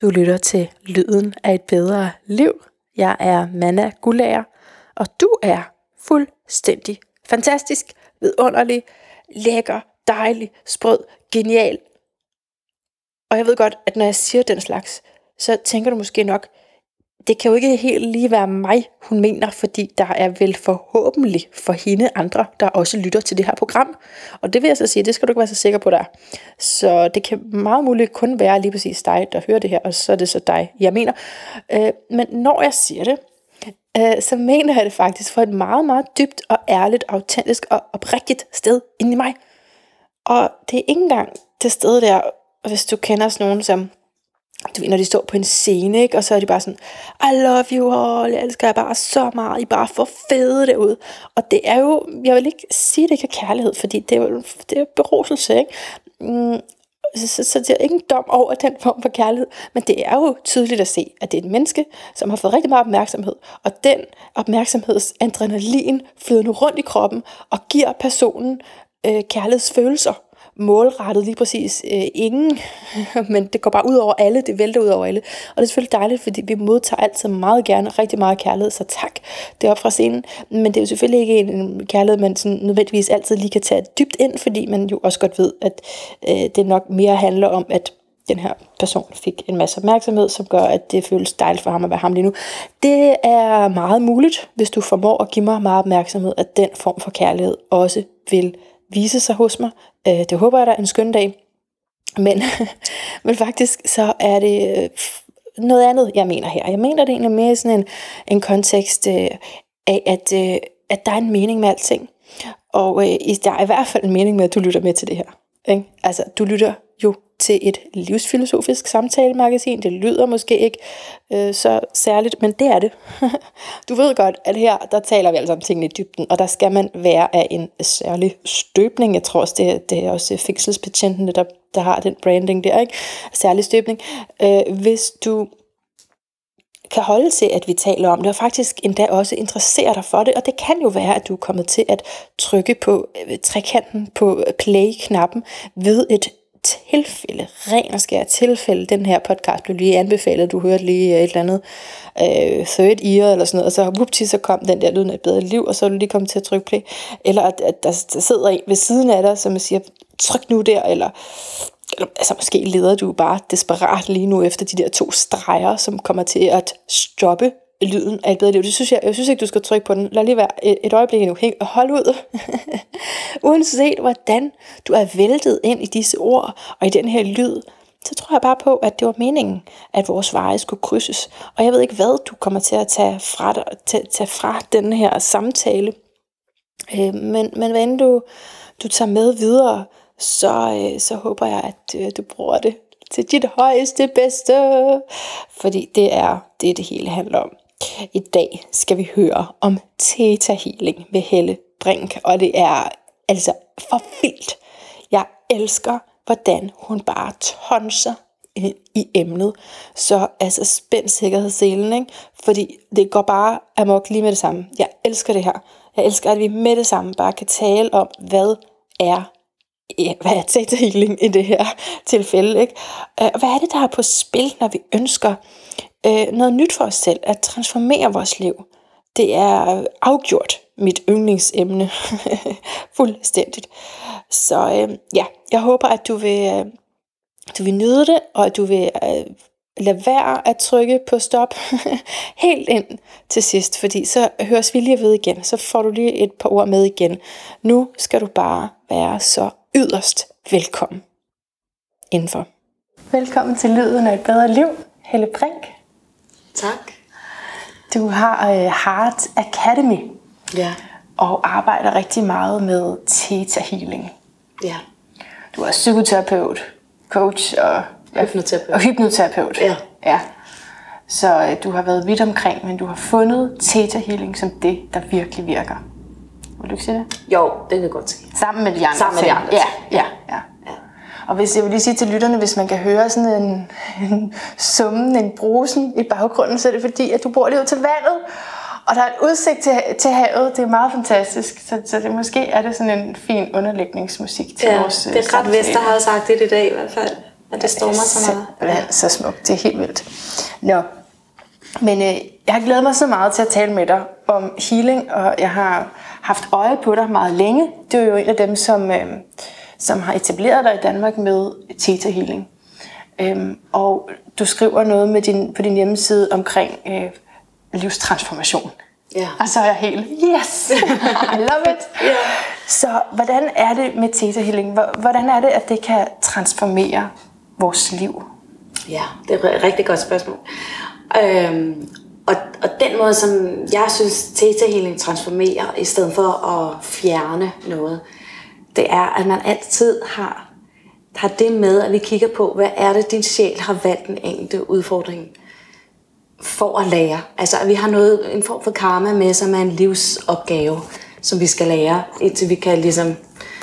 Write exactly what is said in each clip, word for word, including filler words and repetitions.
Du lytter til Lyden af et bedre liv. Jeg er Manna Guldager, og du er fuldstændig fantastisk, vidunderlig, lækker, dejlig, sprød, genial. Og jeg ved godt, at når jeg siger den slags, så tænker du måske nok, det kan jo ikke helt lige være mig, hun mener, fordi der er vel forhåbentlig for hende andre, der også lytter til det her program. Og det vil jeg så sige, det skal du ikke være så sikker på, der. Så det kan meget muligt kun være lige præcis dig, der hører det her, og så er det så dig, jeg mener. Øh, men når jeg siger det, øh, så mener jeg det faktisk for et meget, meget dybt og ærligt, autentisk og oprigtigt sted inde i mig. Og det er ikke engang det sted der, hvis du kender sådan nogen som... Du ved, når de står på en scene, ikke? Og så er de bare sådan, I love you all, jeg elsker jer bare så meget, I bare får fede det ud. Og det er jo, jeg vil ikke sige, det ikke er kærlighed, fordi det er jo det er beruselse, ikke? Mm, så, så, så det er ikke en dom over den form for kærlighed, men det er jo tydeligt at se, at det er et menneske, som har fået rigtig meget opmærksomhed, og den opmærksomhedsadrenalin flyder nu rundt i kroppen, og giver personen øh, kærlighedsfølelser. Målrettet lige præcis øh, ingen, men det går bare ud over alle, det vælter ud over alle. Og det er selvfølgelig dejligt, fordi vi modtager altid meget gerne rigtig meget kærlighed, så tak, det er op fra scenen. Men det er jo selvfølgelig ikke en kærlighed, man sådan nødvendigvis altid lige kan tage dybt ind, fordi man jo også godt ved, at øh, det nok mere handler om, at den her person fik en masse opmærksomhed, som gør, at det føles dejligt for ham at være ham lige nu. Det er meget muligt, hvis du formår at give mig meget opmærksomhed, at den form for kærlighed også vil vise sig hos mig. Det håber jeg, der er en skøn dag. Men, men faktisk så er det noget andet, jeg mener her. Jeg mener det egentlig mere i sådan en, en kontekst af, at, at der er en mening med alting. Og der er i hvert fald en mening med, at du lytter med til det her. Ikke? Altså, du lytter jo til et livsfilosofisk samtalemagasin. Det lyder måske ikke øh, så særligt, men det er det. Du ved godt, at her, der taler vi altså om tingene i dybden, og der skal man være af en særlig støbning. Jeg tror også, det er, det er også fængselsbetjentene, der, der har den branding der, ikke? Særlig støbning. Øh, hvis du kan holde til, at vi taler om det, og faktisk endda også interessere dig for det, og det kan jo være, at du er kommet til at trykke på øh, trekanten på play-knappen ved et tilfælde, ren og skær tilfælde. Den her podcast blev lige anbefalet, du hørte lige et eller andet øh, third ear eller sådan noget, og så whoopty, så kom den der Lyden af et bedre liv, og så er du lige kommet til at trykke play. Eller at, at der, der sidder en ved siden af dig, som siger, tryk nu der, eller, eller altså måske leder du bare desperat lige nu efter de der to streger, som kommer til at stoppe lyden af et bedre liv. Det synes jeg, jeg synes ikke, du skal trykke på den. Lad lige være et, et øjeblik endnu. Hold ud. Uanset hvordan du er væltet ind i disse ord og i den her lyd, så tror jeg bare på, at det var meningen, at vores veje skulle krydses. Og jeg ved ikke, hvad du kommer til at tage fra, dig, tage, tage fra den her samtale. Øh, men, men hvad end du, du tager med videre, så, øh, så håber jeg, at øh, du bruger det til dit højeste bedste. Fordi det er det, det hele handler om. I dag skal vi høre om Theta Healing med Helle Brink, og det er altså for vildt. Jeg elsker, hvordan hun bare tonser ind i emnet. Så altså spænd sikkerhedsselen, ikke? Fordi det går bare amok lige med det samme. Jeg elsker det her. Jeg elsker, at vi med det samme bare kan tale om, hvad er Ja, hvad er Theta Healing i det her tilfælde, ikke? Hvad er det, der er på spil, når vi ønsker øh, noget nyt for os selv, at transformere vores liv? Det er afgjort mit yndlingsemne, fuldstændigt. Så øh, ja, jeg håber, at du vil, øh, du vil nyde det, og at du vil øh, lade være at trykke på stop helt ind til sidst, fordi så høres vi lige ved igen, så får du lige et par ord med igen. Nu skal du bare være så yderst velkommen indenfor. Velkommen til Lyden af et bedre liv, Helle Brink. Tak. Du har uh, Heart Academy, ja. Og arbejder rigtig meget med Theta Healing. Ja. Du er psykoterapeut, coach og hypnoterapeut. Og hypnoterapeut. Ja. Ja. Så uh, du har været vidt omkring, men du har fundet Theta Healing som det, der virkelig virker. Vil du ikke sige det? Jo, det kan jeg godt sige. Sammen med de andre. Sammen med de andre. Ja, ja, ja, ja. Og hvis jeg vil lige sige til lytterne, hvis man kan høre sådan en, en summen, en brusen i baggrunden, så er det fordi, at du bor lige ud til vandet, og der er et udsigt til, til havet. Det er meget fantastisk, så, så det måske er det sådan en fin underlægningsmusik til ja, vores det er ret Vesterhavet sagt det i dag i hvert fald. Og det stormer så meget. Ja, så smukt. Det er helt vildt. Nå, men øh, jeg har glædet mig så meget til at tale med dig om healing, og jeg har haft øje på dig meget længe. Du er jo en af dem, som, øh, som har etableret dig i Danmark med Theta Healing. Øhm, og du skriver noget med din, på din hjemmeside omkring øh, livstransformation. Ja. Og så er jeg helt, yes, I love it. Ja. Så hvordan er det med Theta Healing? Hvordan er det, at det kan transformere vores liv? Ja, det er et rigtig godt spørgsmål. Øhm, og, og den måde, som jeg synes, Theta Healing transformerer, i stedet for at fjerne noget, det er, at man altid har, har det med, at vi kigger på, hvad er det, din sjæl har valgt en enkelte udfordring for at lære. Altså, at vi har noget, en form for karma med, som er en livsopgave, som vi skal lære, indtil vi kan ligesom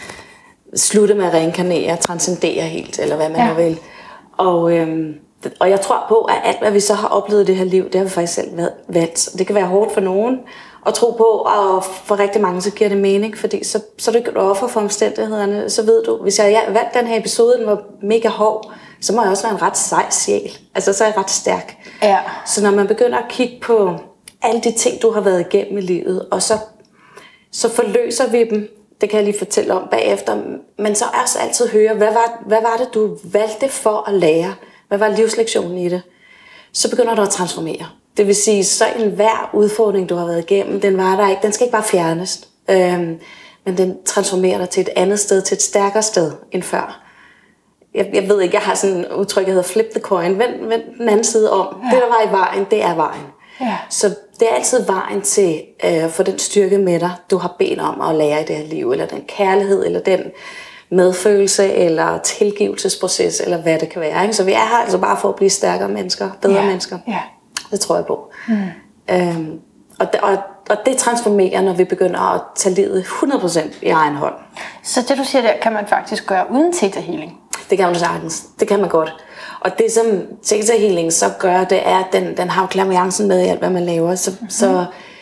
slutte med at reinkarnere, transcendere helt, eller hvad man ja. nu vil. Og, øhm, og jeg tror på, at alt, hvad vi så har oplevet i det her liv, det har vi faktisk selv valgt. Det kan være hårdt for nogen at tro på, og for rigtig mange, så giver det mening, fordi så, så er du ikke offer for omstændighederne. Så ved du, hvis jeg valgte den her episode, den var mega hård, så må jeg også være en ret sej sjæl. Altså, så er jeg ret stærk. Ja. Så når man begynder at kigge på alle de ting, du har været igennem i livet, og så, så forløser vi dem, det kan jeg lige fortælle om bagefter, men så også altid høre, hvad var, hvad var det, du valgte for at lære? Hvad var livslektionen i det? Så begynder du at transformere. Det vil sige, så enhver udfordring, du har været igennem, den var der ikke. Den skal ikke bare fjernes, øhm, men den transformerer dig til et andet sted, til et stærkere sted end før. Jeg, jeg ved ikke, jeg har sådan en udtryk, der hedder flip the coin. Vend, vend den anden side om. Ja. Det, der var i vejen, det er vejen. Ja. Så det er altid vejen til at øh, få den styrke med dig, du har bedt om at lære i det her liv, eller den kærlighed, eller den medfølelse, eller tilgivelsesproces, eller hvad det kan være. Ikke? Så vi er her altså bare for at blive stærkere mennesker, bedre ja. mennesker. Ja. Det tror jeg på. Mm. Øhm, og, det, og, og det transformerer, når vi begynder at tage livet hundrede procent i egen hånd. Så det, du siger der, kan man faktisk gøre uden Theta Healing? Det kan man sagtens. Det kan man godt. Og det, som Theta Healing så gør, det er, at den, den har klaviancen med i alt, hvad man laver. Så, mm-hmm. så,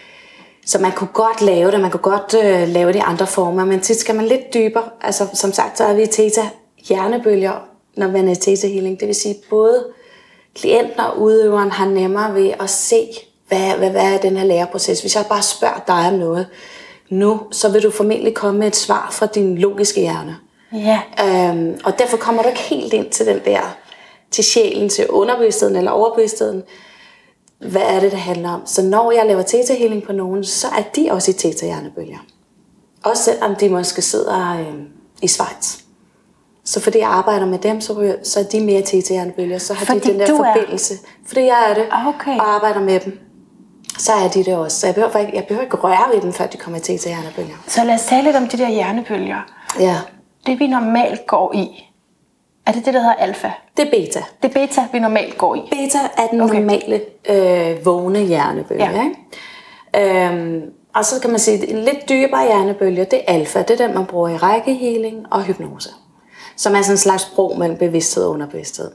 så man kunne godt lave det. Man kunne godt øh, lave det i andre former. Men tit skal man lidt dybere. Altså, som sagt, så er vi i Theta hjernebølger, når man er i Theta Healing. Det vil sige, både klienten og udøveren har nemmere ved at se, hvad, hvad, hvad er den her læreproces. Hvis jeg bare spørger dig om noget nu, så vil du formentlig komme med et svar fra din logiske hjerne. Ja. Øhm, og derfor kommer du ikke helt ind til den der, til sjælen, til underbevidstheden eller overbevidstheden. Hvad er det, det handler om? Så når jeg laver Theta Healing på nogen, så er de også i Theta hjernebølger. Også selvom de måske sidder øh, i Schweiz. Så fordi jeg arbejder med dem, så, så er de mere Theta hjernebølger. Så har fordi de den der forbindelse. Er... Fordi jeg er det, okay. og arbejder med dem. Så er de det også. Så jeg behøver, ikke, jeg behøver ikke røre ved dem, før de kommer i Theta hjernebølger. Så lad os tale lidt om de der hjernebølger. Ja. Det vi normalt går i, er det det, der hedder alfa? Det er beta. Det er beta, vi normalt går i? Beta er den okay. normale øh, vågne hjernebølge. Ja. Ikke? Øhm, og så kan man sige, at en lidt dybere hjernebølge, det er alfa. Det er den, man bruger i rækkehealing og hypnose. Som er sådan en slags bro mellem bevidsthed og underbevidsthed.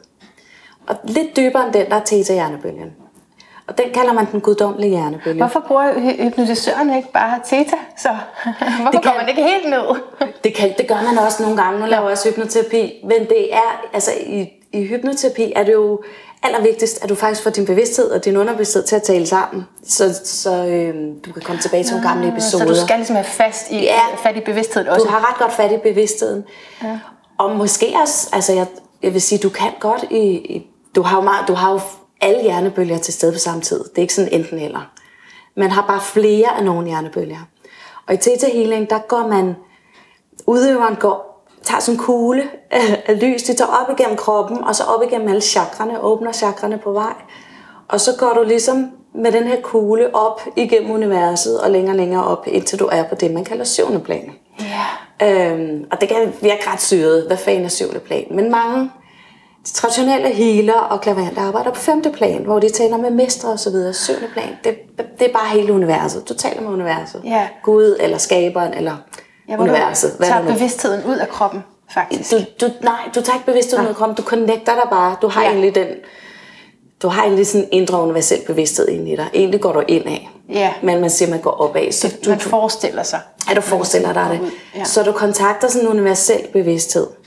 Og lidt dybere end den, der er Theta hjernebølgen. Og den kalder man den guddommelige hjernebølge. Hvorfor bruger hypnotisøren ikke bare Theta? Så hvorfor det kan, går man ikke helt ned? det, kan, det gør man også nogle gange. Nu laver jeg også hypnoterapi. Men det er, altså i, i hypnoterapi er det jo allervigtigst, at du faktisk får din bevidsthed og din underbevidsthed til at tale sammen. Så, så øh, du kan komme tilbage til nogle gamle episoder. Så du skal ligesom have fast i, ja, fat i bevidstheden også? Du har ret godt fat i bevidstheden. Ja. Og måske også, altså jeg, jeg vil sige, du kan godt i... i du har jo meget, du har jo alle hjernebølger til stede på samme tid. Det er ikke sådan enten eller. Man har bare flere af nogle hjernebølger. Og i Theta Healing, der går man, udøveren går, tager sådan en kugle af lys, de tager op igennem kroppen, og så op igennem alle chakrene, åbner chakrene på vej. Og så går du ligesom med den her kugle op igennem universet, og længere og længere op, indtil du er på det, man kalder syvende plan. Yeah. Øhm, og det kan virke ret syret, hvad fanden er syvende plan. Men mange de traditionelle healer og klaverjanter arbejder på femte plan, hvor de taler med mestre og så videre. Syvende plan, det, det er bare hele universet. Du taler med universet. Yeah. Gud eller skaberen eller ja, universet. Du tager bevidstheden ud af kroppen, faktisk. Du, du, nej, du tager ikke bevidstheden ud af kroppen. Du connecter dig bare. Du har ja. egentlig den... Du har egentlig sådan en indre universel bevidsthed inde i dig. Egentlig går du ind af. Ja. Men man siger, man går opad. Så det, du, man forestiller sig. Ja, du forestiller dig det. Ja. Så du kontakter sådan en universel bevidsthed.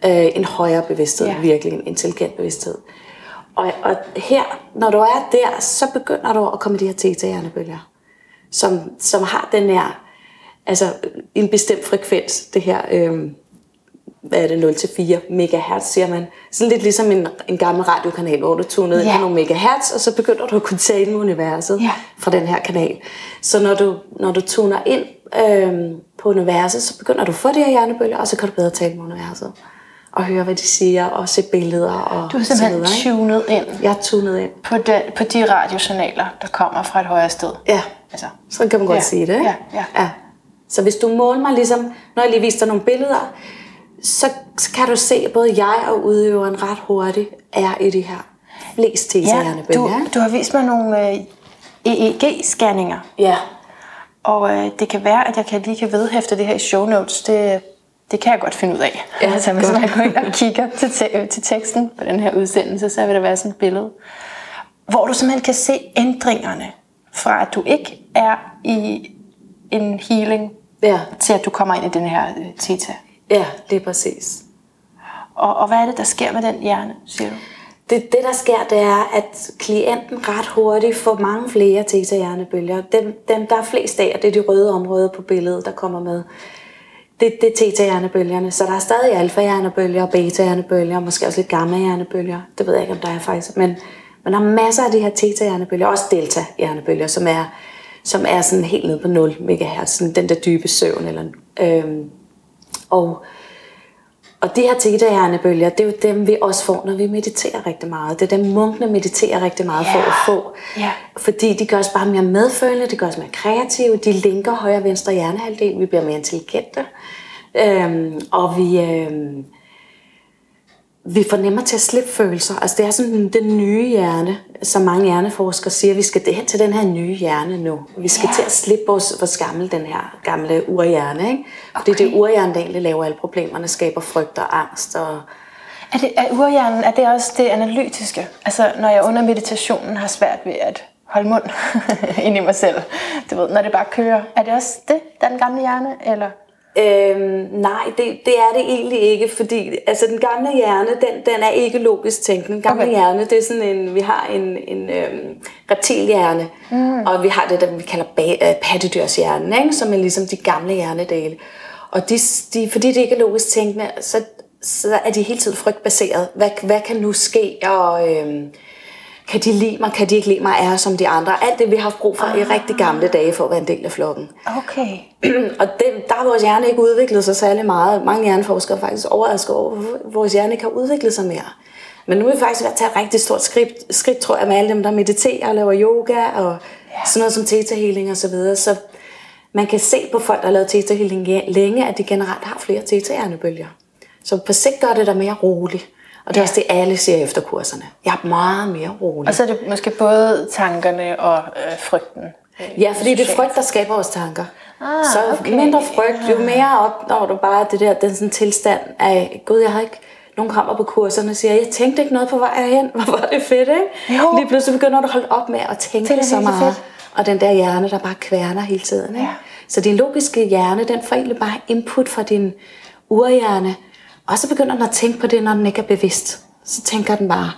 Øh, en højere bevidsthed, Ja. virkelig en intelligent bevidsthed. Og, og her, når du er der, så begynder du at komme i de her theta-hjernebølger, som, som har den her, altså en bestemt frekvens, det her, øh, hvad er det, nul til fire megahertz, siger man. Sådan lidt ligesom en, en gammel radiokanal, hvor du tunede ind Ja. på nogle megahertz, og så begynder du at kunne tale med universet Ja. fra den her kanal. Så når du, når du tuner ind øh, på universet, så begynder du at få de her hjernebølger, og så kan du bedre tale med universet. Og høre, hvad de siger, og se billeder. Og Du er simpelthen så videre, tunet ind jeg er tunet ind. på de, på de radiosignaler, der kommer fra et højere sted. Ja, Altså. så kan man godt Ja. sige det. Ikke? Ja, ja. Ja. Så hvis du måler mig ligesom, når jeg lige viste dig nogle billeder, så kan du se, at både jeg og udøveren ret hurtigt er i de her flest theta-hjernebølger. Ja, du, du har vist mig nogle øh, E E G-scanninger. Ja. Og øh, det kan være, at jeg kan lige kan vedhæfte det her i show notes. Det, det kan jeg godt finde ud af. Ja, altså, hvis godt. man går ind og kigger til, te- til teksten på den her udsendelse, så vil der være sådan et billede, hvor du simpelthen kan se ændringerne fra, at du ikke er i en healing, Ja, til at du kommer ind i den her øh, theta. ja, det er præcis. Og, og hvad er det, der sker med den hjerne, siger du? Det, det, der sker, det er, at klienten ret hurtigt får mange flere theta-hjernebølger. Dem, dem, der er flest af, det er de røde områder på billedet, der kommer med. Det, det er theta-hjernebølgerne. Så der er stadig alfa-hjernebølger og beta-hjernebølger, og måske også lidt gamma-hjernebølger. Det ved jeg ikke, om der er faktisk. Men, men der er masser af de her theta-hjernebølger, også delta-hjernebølger, som er, som er sådan helt nede på nul megahertz, sådan den der dybe søvn. Eller, øhm, og Og de her theta-hjernebølger, det er jo dem, vi også får, når vi mediterer rigtig meget. Det er dem, munkene mediterer rigtig meget for Ja. at få. Ja. Fordi de gør os bare mere medfølende, de gør os mere kreative, de linker højre og venstre hjernehalvdel, vi bliver mere intelligente. Øhm, og vi, øhm, vi får nemmere til at slippe følelser. Altså det er sådan den nye hjerne, som mange hjerneforskere siger, vi skal hen til den her nye hjerne nu. Vi skal Ja. til at slippe vores, vores gamle, den her gamle urhjerne, ikke? Fordi Okay. det er urhjernen, der egentlig laver alle problemerne, skaber frygt og angst. Og Er, det, er urhjernen, er det også det analytiske? Altså, når jeg under meditationen har svært ved at holde mund ind i mig selv, du ved, når det bare kører. Er det også det, der er den gamle hjerne, eller? Øhm, nej, det, det er det egentlig ikke, fordi altså, den gamle hjerne, den, den er ikke logisk tænkende. Den gamle Okay. okay. hjerne, det er sådan en, vi har en, en øhm, reptilhjerne, mm. og vi har det, der vi kalder ba- øh, pattedyrshjernen, ikke? Som er ligesom de gamle hjernedele. Og de, de, fordi det ikke er logisk tænkende, så, så er de hele tiden frygtbaseret. Hvad, hvad kan nu ske, og øhm, kan de lide mig, kan de ikke lide mig, er som de andre. Alt det, vi har haft brug for ah. i rigtig gamle dage, for at være en del af flokken. Okay. Og det, der har vores hjerne ikke udviklet sig særlig meget. Mange hjerneforskere er faktisk overrasket over, hvorfor vores hjerne ikke har udviklet sig mere. Men nu er vi faktisk ved at tage et rigtig stort skridt, skridt tror jeg, med alle dem, der mediterer og laver yoga og ja. sådan noget som theta-healing og så videre. Så man kan se på folk, der har lavet theta-healing længe, at de generelt har flere theta-hjernebølger. Så på sigt gør det der mere roligt. Og det er Ja. også det, alle siger efter kurserne. Jeg er meget mere rolig. Og så er det måske både tankerne og øh, frygten. Ja, fordi det er frygt, der skaber vores tanker. Ah, så okay. mindre frygt, jo mere op, når du bare det der, den sådan tilstand af, gud, jeg har ikke, nogen kommer på kurserne og siger, jeg tænkte ikke noget på vej herhen, hvor var det fedt, ikke? Jo. Lige pludselig begynder du at holde op med at tænke Det er så virkelig meget. fedt. Og den der hjerne, der bare kværner hele tiden, ikke? Ja. Så din logiske hjerne, den får egentlig bare input fra din urhjerne, og så begynder den at tænke på det, når den ikke er bevidst. Så tænker den bare,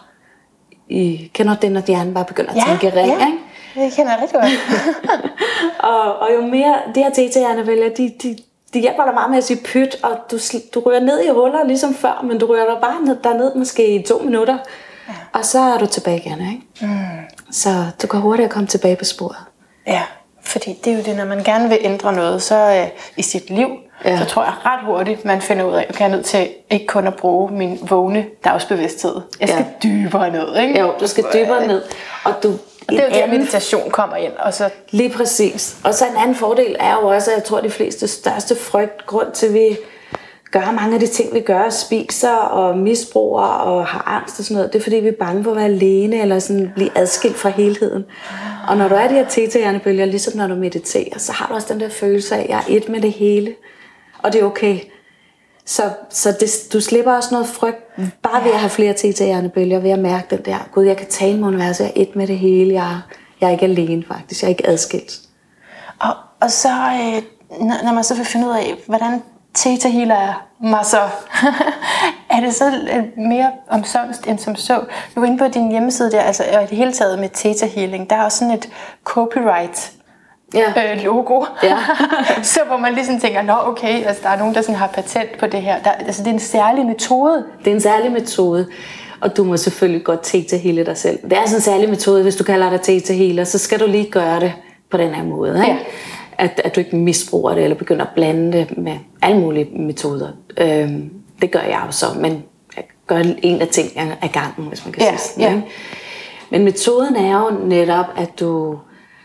I kender det, når hjernen bare begynder at Ja, tænke ring, ja. ikke? Det kender jeg rigtig godt. og, og jo mere de her theta-hjernebølger, de, de, de hjælper dig meget med at sige pyt, og du, du rører ned i huller ligesom før, men du rører dig bare ned, derned måske i to minutter, ja. Og så er du tilbage igen, ikke? Mm. Så du kan hurtigt komme tilbage på sporet. Ja, fordi det er jo det, når man gerne vil ændre noget så øh, i sit liv, ja. Så tror jeg ret hurtigt, man finder ud af, okay, jeg er nødt til ikke kun at bruge min vågne dagsbevidsthed. Jeg skal ja. dybere ned, ikke? Jo, du skal dybere ned. Og, du, og det er jo der, meditation kommer ind. Og så... Lige præcis. Og så en anden fordel er jo også, at jeg tror, at de fleste største frygt, grund til, at vi gør mange af de ting, vi gør, spiser og misbruger og har angst og sådan noget, det er fordi, vi er bange for at være alene eller sådan blive adskilt fra helheden. Og når du er de her theta-hjernebølger, ligesom når du mediterer, så har du også den der følelse af, at jeg er et med det hele, og det er okay. Så, så det, du slipper også noget frygt, bare ved at have flere theta-hjernebølger, ved at mærke den der, gud, jeg kan tale med universet, jeg er et med det hele, jeg, jeg er ikke alene faktisk, jeg er ikke adskilt. Og, og så, øh, når, når man så vil finde ud af, hvordan Theta Healer mig så. Er det så mere omsonst end som så? Du var inde på din hjemmeside der, altså og i det hele taget med Theta Healing, der er også sådan et copyright ja. øh, logo. Ja. Så hvor man ligesom tænker, nå okay, altså der er nogen, der sådan har patent på det her. Der, altså det er en særlig metode. Det er en særlig metode. Og du må selvfølgelig godt Theta Heale dig selv. Det er sådan en særlig metode, hvis du kalder dig Theta Healer, så skal du lige gøre det på den her måde. Ikke? Ja. At, at du ikke misbruger det, eller begynder at blande det med alle mulige metoder. Øhm, det gør jeg jo så, men jeg gør en af tingene af gangen, hvis man kan ja. sige sådan. Ja. Ikke? Men metoden er jo netop, at du...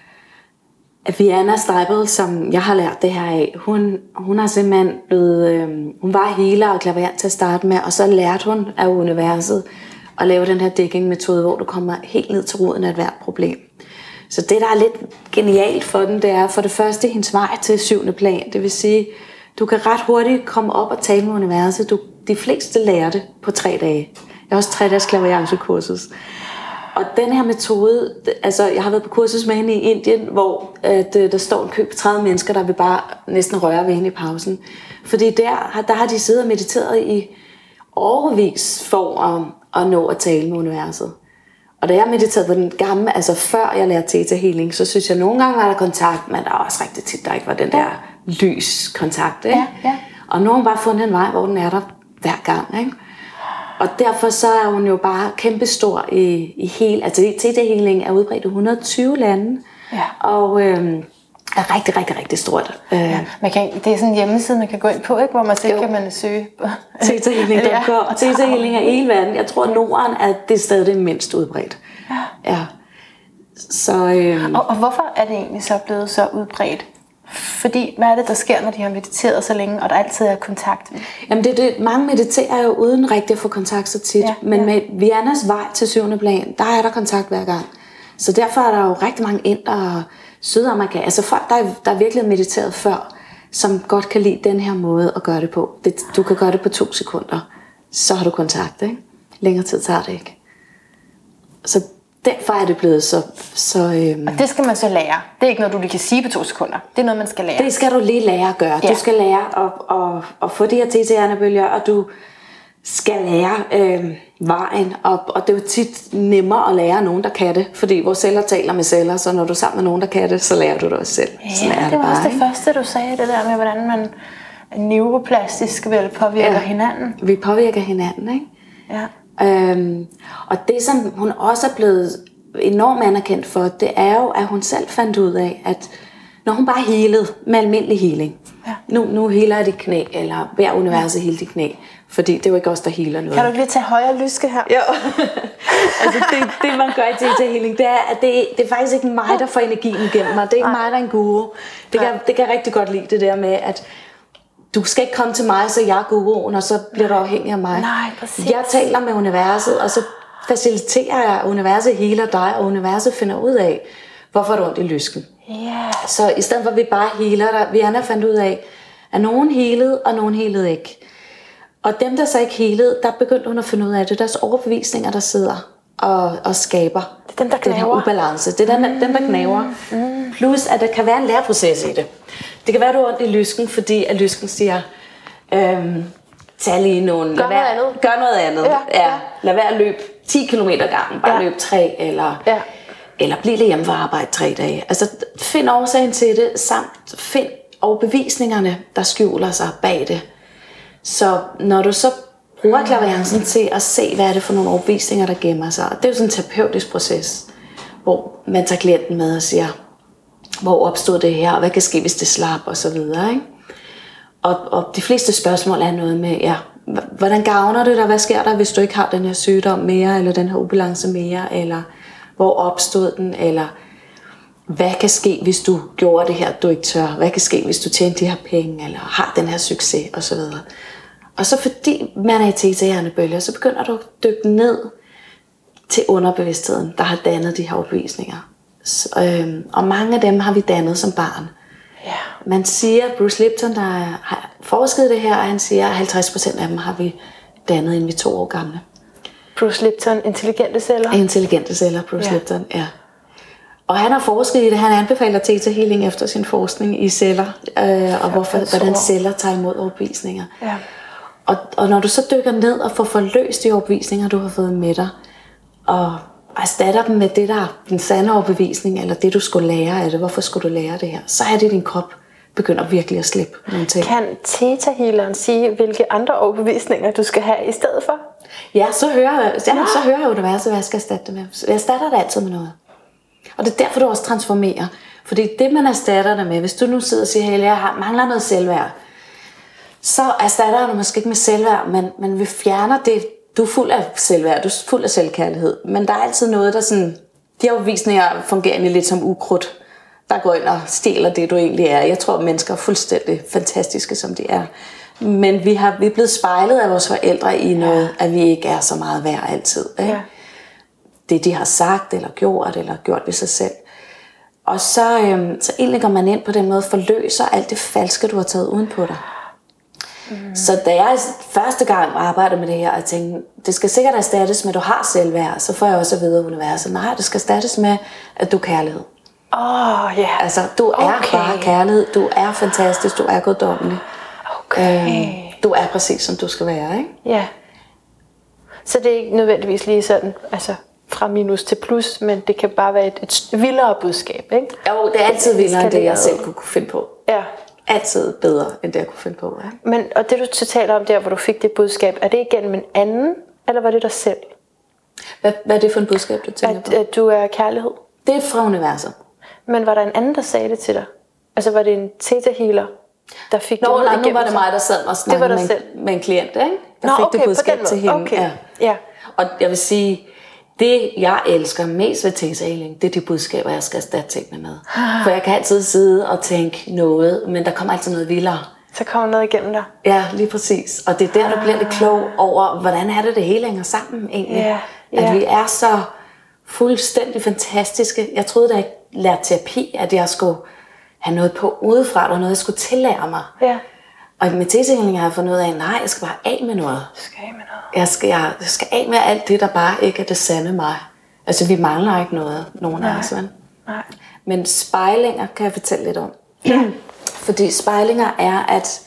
At Vianna Stibal, som jeg har lært det her af, hun, hun har simpelthen blevet... Øhm, hun var healer og klaverant til at starte med, og så lærte hun af universet at lave den her digging-metode, hvor du kommer helt ned til roden af et hvert problem. Så det, der er lidt genialt for den, det er for det første hendes vej til syvende plan. Det vil sige, du kan ret hurtigt komme op og tale med universet. Du, de fleste lærer det på tre dage. Jeg har også tre dages klaverance-kursus. Og den her metode, altså jeg har været på kursus med hende i Indien, hvor at, der står en kø på tredive mennesker, der vil bare næsten røre ved hende i pausen. Fordi der, der har de siddet og mediteret i årevis for at, at nå at tale med universet. Og da jeg mediterede på den gamle, altså før jeg lærte Theta Healing, så synes jeg, at nogle gange var der kontakt, men der var også rigtig tit, der ikke var den ja. der lys kontakt. Ikke? Ja, ja. Og nu har hun bare fundet en vej, hvor den er der hver gang. Ikke? Og derfor så er hun jo bare kæmpestor i, i hele, altså Theta Healing er udbredt i et hundrede og tyve lande, ja. og øhm, er rigtig, rigtig, rigtig stort. Ja, man kan, det er sådan en hjemmeside, man kan gå ind på, ikke? Hvor man selv kan man søge på Theta Healing punktum com. Ja. Theta Healing er i hele verden. Jeg tror, at Norden er det sted, det er mindst udbredt. Ja. Ja. Så, øhm, og, og hvorfor er det egentlig så blevet så udbredt? Fordi, hvad er det, der sker, når de har mediteret så længe, og der altid er kontakt? Jamen, det, det, mange mediterer jo uden rigtig at få kontakt så tit. Ja, men ja. med Viannas vej til syvende plan, der er der kontakt hver gang. Så derfor er der jo rigtig mange inder og Sydamerika, altså folk, der er, der er virkelig mediteret før, som godt kan lide den her måde at gøre det på. Det, du kan gøre det på to sekunder, så har du kontakt, ikke? Længere tid tager det ikke. Så derfor er det blevet så... så øhm, og det skal man så lære. Det er ikke noget, du lige kan sige på to sekunder. Det er noget, man skal lære. Det skal du lige lære at gøre. Ja. Du skal lære at, at, at få de her theta-hjernebølger, og du skal lære øh, vejen op. Og det er jo tit nemmere at lære nogen, der kan det. Fordi vores celler taler med celler, så når du er sammen med nogen, der kan det, så lærer du det også selv. Ja, det, det var bare, også det ikke? første, du sagde, det der med, hvordan man neuroplastisk vel påvirker ja, hinanden. Vi påvirker hinanden, ikke? Ja. Øhm, og det, som hun også er blevet enormt anerkendt for, det er jo, at hun selv fandt ud af, at når hun bare healede med almindelig healing, ja. nu, nu healer jeg dit knæ, eller hver universet healer dit knæ, fordi det er jo ikke os, der healer noget. Kan du ikke lige tage højere lyske her? Jo. altså det, det, man gør i Theta Healing, det er, at det, det er faktisk ikke mig, der får energien igennem mig. Det er ikke mig, der er en guru. Det kan, det kan jeg rigtig godt lide, det der med, at du skal ikke komme til mig, så jeg er guruen, og så bliver du afhængig af mig. Nej, præcis. Jeg taler med universet, og så faciliterer jeg, at universet healer dig, og universet finder ud af, hvorfor du er ondt i lysken. Yeah. Så i stedet for, at vi bare healer dig, vi andre fandt ud af, at nogen healede, og nogen healede ikke. Og dem, der så ikke healede, der begyndte hun at finde ud af, det er deres overbevisninger, der sidder og, og skaber det er dem, der den her ubalance. Det er den, mm. dem, der knaver. Mm. Plus, at der kan være en læreproces i det. Det kan være, at du er ondt i lysken, fordi at lysken siger, øhm, tag lige nogle... Gør noget andet. Gør noget andet. Ja, ja. Ja. Lad være at løbe ti kilometer gangen, bare ja. løb tre, eller, ja. eller bliv lige hjemme for arbejde tre dage. Altså, find årsagen til det, samt find overbevisningerne, der skjuler sig bag det. Så når du så bruger klaverjancen til at se, hvad er det for nogle overbevisninger, der gemmer sig, og det er jo sådan en terapeutisk proces, hvor man tager klienten med og siger, hvor opstod det her, og hvad kan ske, hvis det slap, og så videre, ikke? Og, og de fleste spørgsmål er noget med, ja, hvordan gavner det dig, hvad sker der, hvis du ikke har den her sygdom mere, eller den her ubalance mere, eller hvor opstod den, eller hvad kan ske, hvis du gjorde det her, du ikke tør, hvad kan ske, hvis du tjener de her penge, eller har den her succes, og så videre. Og så fordi man er i theta-hjernebølger, så begynder du at dykke ned til underbevidstheden, der har dannet de her overbevisninger. Så, øhm, og mange af dem har vi dannet som barn. Yeah. Man siger, Bruce Lipton, der har forsket det her, og han siger, at halvtreds procent af dem har vi dannet, inden vi to år gamle. Bruce Lipton, intelligente celler? Intelligente celler, Bruce yeah. Lipton, ja. Og han har forsket i det. Han anbefaler theta healing efter sin forskning i celler, øh, og hvorfor, hvordan celler tager imod overbevisninger. Ja. Og, og når du så dykker ned og får forløst de overbevisninger, du har fået med dig, og erstatter dem med det, der er den sande overbevisning, eller det, du skulle lære af det, hvorfor skulle du lære det her, så er det, din krop begynder virkelig at slippe nogle ting. Kan theta healeren sige, hvilke andre overbevisninger, du skal have i stedet for? Ja, så hører, ja, så hører jeg universet, hvad jeg skal erstatte det med. Jeg erstatter det altid med noget. Og det er derfor, du også transformerer. Fordi det, man erstatter det med, hvis du nu sidder og siger, hey, jeg har, mangler noget selvværd, så erstatter du måske ikke med selvværd, men, men vi fjerner det. Du er fuld af selvværd, du er fuld af selvkærlighed, men der er altid noget, der sådan, de overbevisninger fungerer egentlig lidt som ukrudt, der går ind og stjæler det, du egentlig er. Jeg tror, at mennesker er fuldstændig fantastiske, som de er. Men vi, har, vi er blevet spejlet af vores forældre i noget, ja. At vi ikke er så meget værd altid. Ikke? Ja. Det, de har sagt, eller gjort, eller gjort ved sig selv. Og så, øhm, så egentlig går man ind på den måde, forløser alt det falske, du har taget uden på dig. Mm. Så da jeg første gang arbejdede med det her, og tænkte, det skal sikkert erstattes med, at du har selvværd, så får jeg også at vide af universet, nej, det skal erstattes med, at du er kærlighed. Åh, oh, ja. Yeah. Altså, du er okay. bare kærlighed, du er fantastisk, du er guddommelig. Okay. Øhm, du er præcis, som du skal være, ikke? Ja. Så det er ikke nødvendigvis lige sådan, altså fra minus til plus, men det kan bare være et, et vildere budskab, ikke? Jo, det er altid vildere, end det, jeg selv kunne finde på. Ja. Altid bedre, end det, jeg kunne finde på. Ja. Men, og det, du taler om der, hvor du fik det budskab, er det igennem en anden, eller var det dig selv? Hvad, hvad er det for en budskab, du tænker at, på? At du er kærlighed. Det er fra universet. Men var der en anden, der sagde det til dig? Altså var det en theta healer, der fik Nå, det nej, nu var det mig, der sad og snakkede med, med en klient, ikke? Der Nå, fik okay, det budskab til hende. Okay. Ja. Ja. Og jeg vil sige, det jeg elsker mest ved theta healing, det er de budskaber, jeg skal erstatte tingene med. For jeg kan altid sidde og tænke noget, men der kommer altid noget vildere. Så kommer noget igennem dig. Ja, lige præcis. Og det er der, du bliver lidt klog over, hvordan er det, det hele hænger sammen egentlig. Yeah, yeah. At vi er så fuldstændig fantastiske. Jeg troede, da jeg lærte terapi, at jeg skulle have noget på udefra, og noget, jeg skulle tillære mig. Yeah. Og med theta healing har jeg fundet ud af, nej, jeg skal bare af med noget. Du skal af med noget. Jeg skal, jeg, jeg skal af med alt det, der bare ikke er det sande mig. Altså, vi mangler ikke noget, nogen af os, vel? Nej. Men spejlinger kan jeg fortælle lidt om. Fordi spejlinger er, at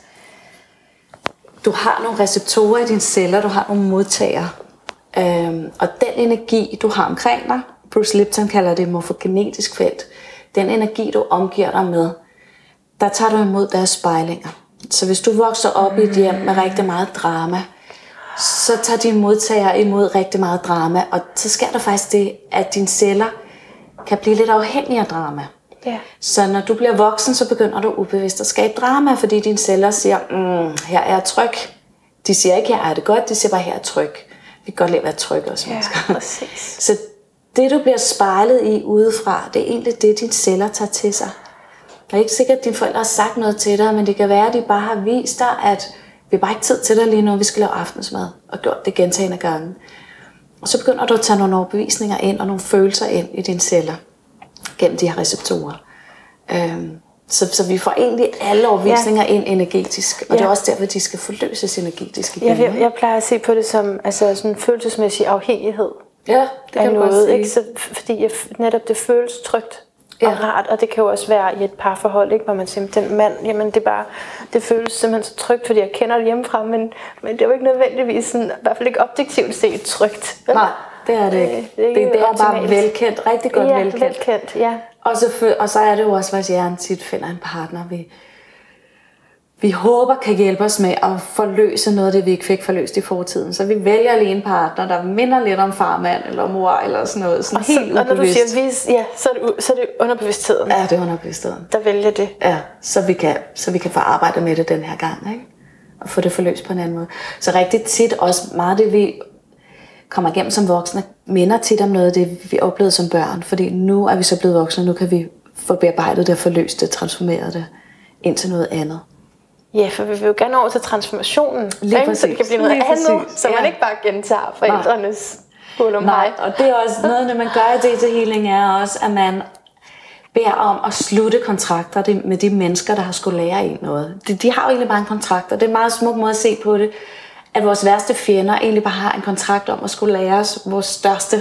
du har nogle receptorer i dine celler, du har nogle modtagere. Øhm, og den energi, du har omkring dig, Bruce Lipton kalder det morfogenetisk felt, den energi, du omgiver dig med, der tager du imod deres spejlinger. Så hvis du vokser op i et hjem med rigtig meget drama, så tager dine modtagere imod rigtig meget drama, og så sker der faktisk det, at dine celler kan blive lidt afhængige af drama. Yeah. Så når du bliver voksen, så begynder du ubevidst at skabe drama, fordi dine celler siger, mm, her er jeg tryg. De siger ikke, her er det godt, de siger bare, her er tryg. Vi kan godt lide at være trygge også, mennesker. Ja, præcis. Så det, du bliver spejlet i udefra, det er egentlig det, dine celler tager til sig. Det er ikke sikkert, at dine forældre har sagt noget til dig, men det kan være, at de bare har vist dig, at vi har bare ikke tid til dig lige nu, vi skal lave aftensmad, og gjort det gentagne gange. Og så begynder du at tage nogle overbevisninger ind, og nogle følelser ind i dine celler, gennem de her receptorer. Øhm, så, så vi får egentlig alle overbevisninger ja. ind energetisk, og ja. det er også derfor, de skal forløses energetisk igen. Ja, jeg, jeg plejer at se på det som altså sådan en følelsesmæssig afhængighed. Ja, det kan noget, godt ikke? Så, fordi jeg, netop det føles trygt og ja. rart, og det kan jo også være i et parforhold, ikke? Hvor man siger, den mand, jamen det er bare, det føles simpelthen så trygt, fordi jeg kender det hjemmefra, men, men det er jo ikke nødvendigvis sådan, i hvert fald ikke objektivt set trygt. Nej, det er det ikke. Det, det, det er bare velkendt, rigtig godt ja, velkendt. velkendt. Ja. Og så, og så er det jo også, vores hjerne tit finder en partner, vi, vi håber kan hjælpe os med at forløse noget af det, vi ikke fik forløst i fortiden. Så vi vælger lige en partner, der minder lidt om farmand eller mor eller sådan noget. Sådan og, så, helt og når du siger vis, ja, så er, det, så er det underbevidstheden. Ja, det er underbevidstheden. Der vælger det. Ja, så vi kan, så vi kan få arbejdet med det den her gang, ikke? Og få det forløst på en anden måde. Så rigtig tit også meget det, vi kommer igennem som voksne, minder tit om noget af det, vi oplevede som børn. Fordi nu er vi så blevet voksne, og nu kan vi få bearbejdet det, forløst det, transformeret det ind til noget andet. Ja, for vi vil jo gerne over til transformationen, lige ikke? Så det kan blive noget lige andet, præcis. så man ja. ikke bare gentager forældrenes hul om Nej, og det er også noget, når man gør det til healing, er også, at man beder om at slutte kontrakter med de mennesker, der har skulle lære en noget. De, de har jo egentlig bare en kontrakt, og det er en meget smuk måde at se på det, at vores værste fjender egentlig bare har en kontrakt om at skulle lære os vores største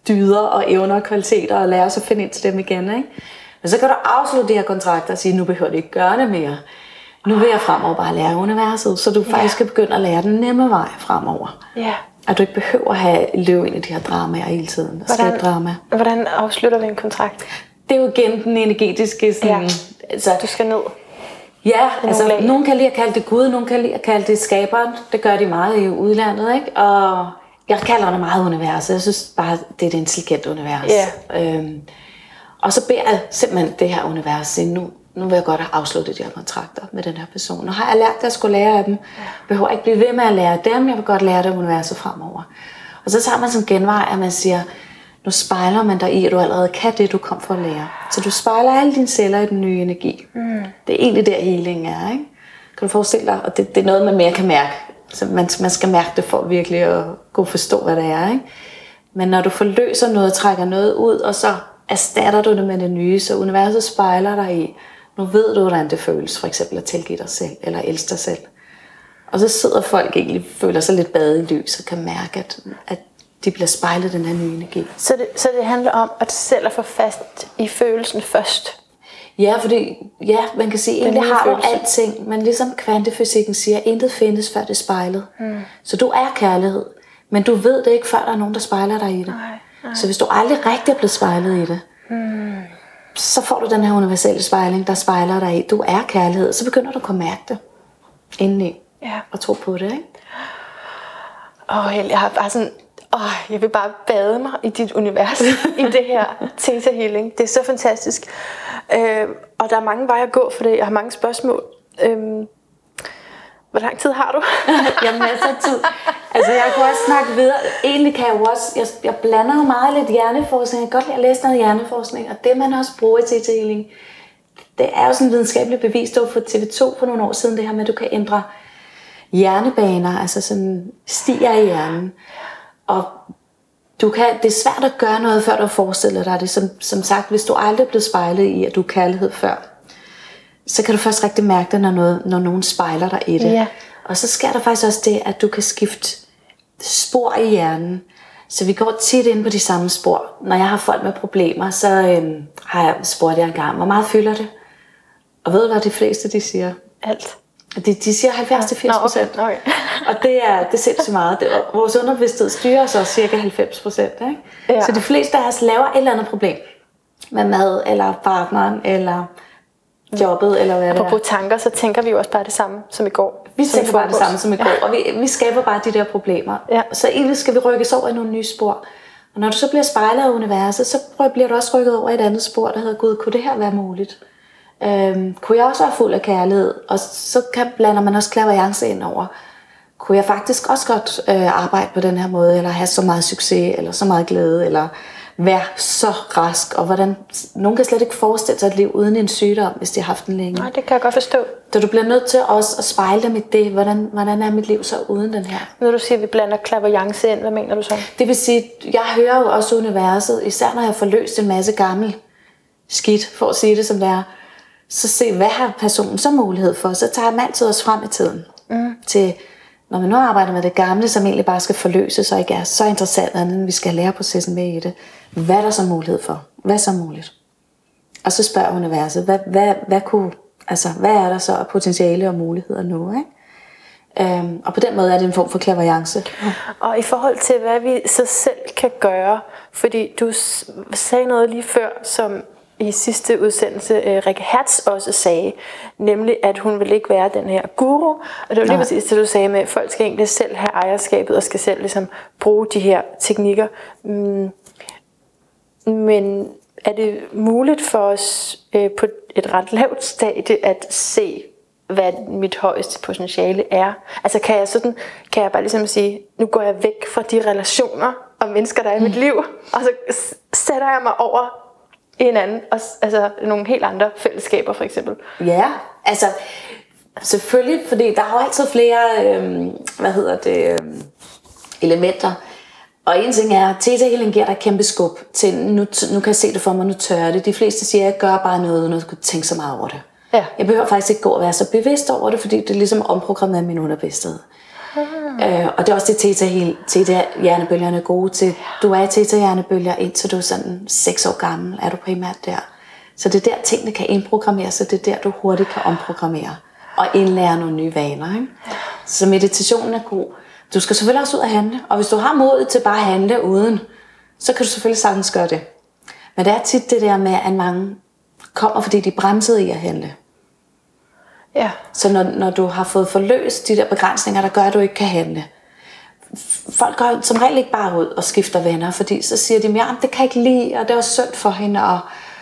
dyder og evner og kvaliteter, og lære os at finde ind til dem igen, ikke? Men så kan du afslutte de her kontrakter og sige, nu behøver du ikke gøre det mere. Nu vil jeg fremover bare lære universet, så du faktisk yeah. skal begynde at lære den nemme vej fremover. Yeah. At du ikke behøver at have løb ind i de her dramaer hele tiden. Hvordan, drama. hvordan afslutter vi en kontrakt? Det er jo igen den energetiske sådan, ja. Altså, du skal ned. Ja, altså nogle, nogen kan lide at kalde det Gud, nogen kan lide at kalde det skaberen. Det gør de meget i udlandet, ikke? Og jeg kalder det meget universet. Jeg synes bare, det er et intelligent univers. Yeah. Øhm, og så beder jeg simpelthen det her univers, nu, nu vil jeg godt have afsluttet de her kontrakter med den her person. Og har jeg lært det at skulle lære af dem, behøver ikke blive ved med at lære dem, jeg vil godt lære det af universet fremover. Og så tager man sådan genvej, at man siger, nu spejler man dig i, at du allerede kan det, du kom for at lære. Så du spejler alle dine celler i den nye energi. Mm. Det er egentlig der healing er, ikke? Kan du forestille dig? Og det, det er noget, man mere kan mærke. Så man, man skal mærke det for virkelig at gå og forstå, hvad det er, ikke? Men når du forløser noget, trækker noget ud, og så erstatter du det med det nye, så universet spejler dig i, nu ved du, hvordan det føles, for eksempel at tilgive dig selv, eller elske dig selv. Og så sidder folk egentlig, føler sig lidt badet i lys, og kan mærke, at, at de bliver spejlet den her nye energi. Så det, så det handler om at selv at få fast i følelsen først? Ja, fordi ja, man kan sige, egentlig har du alting, men ligesom kvantefysikken siger, intet findes, før det er spejlet. Hmm. Så du er kærlighed, men du ved det ikke, før der er nogen, der spejler dig i det. Nej, nej. Så hvis du aldrig rigtig er blevet spejlet i det, hmm. så får du den her universelle spejling, der spejler dig i. Du er kærlighed, så begynder du at kunne mærke det indeni, ja. Og tro på det, ikke? Åh, oh, jeg har bare sådan... Oh, jeg vil bare bade mig i dit univers, i det her Theta Healing. Det er så fantastisk. Øh, og der er mange veje at gå for det. Jeg har mange spørgsmål. Øh, hvor lang tid har du? Jeg har masser af tid. Altså, jeg kunne også snakke videre. Egentlig kan jeg jo også... Jeg, jeg blander jo meget lidt hjerneforskning. Jeg kan godt lide at læse noget hjerneforskning. Og det, man også bruger i Theta Healing, det er jo sådan videnskabeligt bevis. Det var for T V to for nogle år siden, det her med, at du kan ændre hjernebaner, altså sådan stier i hjernen. Og du kan, det er svært at gøre noget, før du har forestillet dig det. Som, som sagt, hvis du aldrig er blevet spejlet i, at du er kærlighed før, så kan du først rigtig mærke det, når, noget, når nogen spejler dig i det. Ja. Og så sker der faktisk også det, at du kan skifte spor i hjernen. Så vi går tit ind på de samme spor. Når jeg har folk med problemer, så øhm, har jeg spurgt jer engang, hvor meget fylder det? Og ved du, hvad de fleste de siger? Alt. De, de siger halvfjerds til firs procent. Okay. Okay. Og det er, det er sindssygt meget. Det, vores underbevidsthed styrer så cirka halvfems procent. Ja. Så de fleste af os laver et eller andet problem. Med mad, eller partneren, eller jobbet, eller hvad det er. Apropos tanker, så tænker vi jo også bare det samme som i går. Vi tænker bare det samme som i går. Ja. Og vi, vi skaber bare de der problemer. Ja. Så egentlig skal vi rykkes over i nogle nye spor. Og når du så bliver spejlet af universet, så bliver du også rykket over i et andet spor, der hedder, Gud, kunne det her være muligt? Øhm, kunne jeg også være fuld af kærlighed? Og så kan, blander man også clairvoyance ind over. Kunne jeg faktisk også godt øh, arbejde på den her måde, eller have så meget succes, eller så meget glæde, eller være så rask, og hvordan nogen kan slet ikke forestille sig et liv uden en sygdom, hvis de har haft den længe. Nej, det kan jeg godt forstå. Så du bliver nødt til også at spejle dem i det, hvordan, hvordan er mit liv så uden den her. Når du siger, at vi blander clairvoyance ind, hvad mener du så? Det vil sige, jeg hører jo også universet, især når jeg får løst en masse gammel skidt, for at sige det som det er, så se, hvad har personen så mulighed for, så tager man altid også frem i tiden, mm. til når vi nu arbejder med det gamle, som egentlig bare skal forløses, og ikke er så interessant, at vi skal lære processen med i det. Hvad er der så mulighed for? Hvad er så muligt? Og så spørger universet, hvad, hvad, hvad, kunne, altså, hvad er der så af potentiale og muligheder nu? Ikke? Øhm, og på den måde er det en form for clairvoyance. Ja. Og i forhold til, hvad vi så selv kan gøre, fordi du sagde noget lige før, som i sidste udsendelse uh, Rikke Hertz også sagde, nemlig at hun vil ikke være den her guru, og det var lige præcis det du sagde med, at folk skal egentlig selv have ejerskabet og skal selv ligesom bruge de her teknikker. Mm. Men er det muligt for os uh, på et ret lavt stadie at se, hvad mit højeste potentiale er? Altså kan jeg sådan, kan jeg bare ligesom sige, nu går jeg væk fra de relationer og mennesker der er i mit liv, og så sætter jeg mig over i en anden, altså nogle helt andre fællesskaber for eksempel. Ja, altså selvfølgelig, fordi der er jo altid flere, øhm, hvad hedder det, øhm, elementer. Og en ting er, Theta Healing giver dig et kæmpe skub til, nu, nu kan jeg se det for mig, nu tør det. De fleste siger, at jeg gør bare noget, uden at kunne tænke så meget over det. Ja. Jeg behøver faktisk ikke gå og være så bevidst over det, fordi det er ligesom omprogrammeret min underbevidsthed. Øh, og det er også det, theta-hjernebølgerne er gode til. Du er i theta-hjernebølger, indtil du er sådan seks år gammel, er du primært der. Så det er der, tingene kan indprogrammeres, så det er der, du hurtigt kan omprogrammere og indlære nogle nye vaner. Ikke? Så meditationen er god. Du skal selvfølgelig også ud og handle, og hvis du har modet til bare at handle uden, så kan du selvfølgelig sagtens gøre det. Men det er tit det der med, at mange kommer, fordi de bremsede i at handle. Ja. Så når, når du har fået forløst de der begrænsninger, der gør, at du ikke kan handle. Folk går som regel ikke bare ud og skifter venner, fordi så siger de, ja, det kan jeg ikke lide, og det er også synd for hende. Og,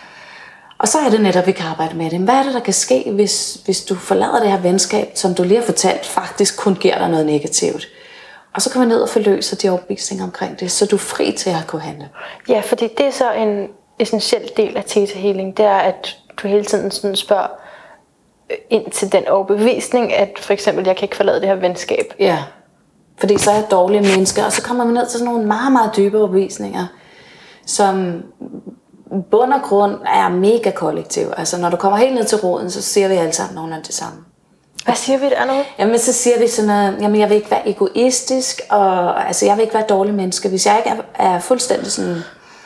og så er det netop, vi kan arbejde med det. Hvad er det, der kan ske, hvis, hvis du forlader det her venskab, som du lige har fortalt, faktisk kun giver dig noget negativt? Og så kan man ned og forløse de overbevisninger omkring det, så du er fri til at kunne handle. Ja, fordi det er så en essentiel del af theta healing, det er, at du hele tiden sådan spørger ind til den overbevisning, at for eksempel, jeg kan ikke forlade det her venskab. Ja, fordi så er jeg dårlige mennesker, og så kommer man ned til sådan nogle meget, meget dybe overbevisninger, som bund og grund er mega kollektiv. Altså når du kommer helt ned til roden, så siger vi alle sammen nogenlunde det samme. Hvad siger vi der nu? Jamen så siger vi sådan noget, jamen jeg vil ikke være egoistisk, og altså jeg vil ikke være dårlig menneske. Hvis jeg ikke er, er fuldstændig sådan,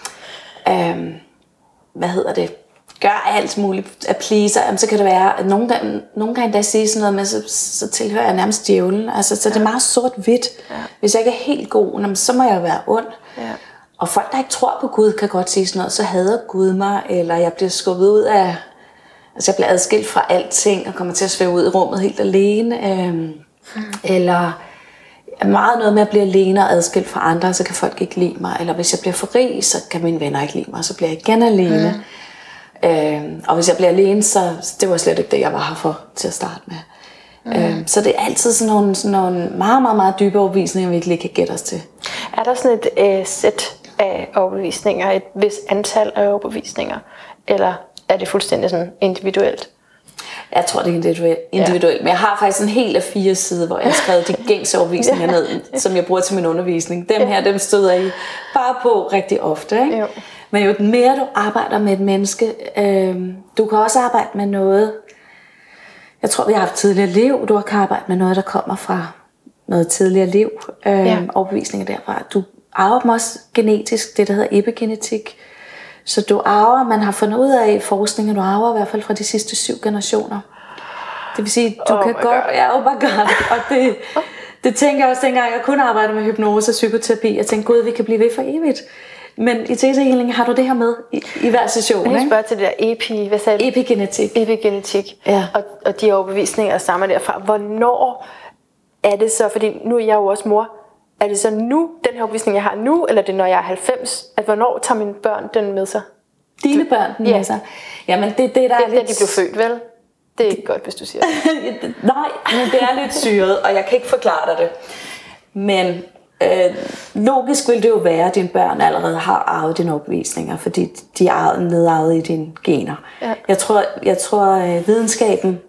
øhm, hvad hedder det, gør alt muligt at please, jamen så kan det være, at nogle gange, nogle gange da sige sådan noget med, så, så tilhører jeg nærmest djævlen. Altså så det er meget sort-hvidt. Ja. Hvis jeg ikke er helt god, jamen, så må jeg være ond. Ja. Og folk, der ikke tror på Gud, kan godt sige sådan noget, så hader Gud mig, eller jeg bliver skubbet ud af, altså jeg bliver adskilt fra alting, og kommer til at svæve ud i rummet helt alene. Øhm, mm. Eller meget noget med at blive alene og adskilt fra andre, så kan folk ikke lide mig. Eller hvis jeg bliver for rig, så kan mine venner ikke lide mig, så bliver jeg igen alene. Mm. Øhm, og hvis jeg bliver alene, så det var slet ikke det, jeg var her for til at starte med. Mm. Øhm, så det er altid sådan nogle, sådan nogle meget, meget, meget dybe overbevisninger, vi ikke lige kan gætte os til. Er der sådan et øh, sæt af overbevisninger, et vis antal af overbevisninger, eller er det fuldstændig sådan individuelt? Jeg tror, det er individuelt, individuelt. Ja. Men jeg har faktisk en hel af fire sider, hvor jeg har skrevet de gængse overbevisninger ned, som jeg bruger til min undervisning. Dem her, dem støder I bare på rigtig ofte. Ikke? Jo. Men jo mere du arbejder med et menneske, øh, du kan også arbejde med noget, jeg tror vi har haft tidligere liv, du kan arbejde med noget, der kommer fra noget tidligere liv, øh, ja. Overbevisninger derfra. Du arver dem også genetisk, det der hedder epigenetik. Så du arver, man har fundet ud af i forskning, at du arver i hvert fald fra de sidste syv generationer. Det vil sige, du oh kan godt, ja, oh my god, og det, det tænker jeg også, dengang jeg kun arbejdede med hypnose og psykoterapi, jeg tænkte, gud, vi kan blive ved for evigt. Men i theta healing har du det her med i, i hver session. Jeg spørger til det der epi, hvad sagde du? Epigenetik. Epigenetik, ja. og, og de overbevisninger, der stammer derfra. Hvornår er det så, fordi nu er jeg jo også mor, er det så nu, den her overbevisning, jeg har nu, eller er det, når jeg er halvfems? At hvornår tager mine børn den med sig? Dine børn den ja. med sig? Jamen, det, det der det er lidt... den, de blev født, vel? Det er ikke godt, hvis du siger det. Nej, men det er lidt syret, og jeg kan ikke forklare dig det. Men øh, logisk vil det jo være, at dine børn allerede har arvet dine overbevisninger, fordi de er nedarvet i dine gener. Ja. Jeg tror, jeg tror øh, videnskaben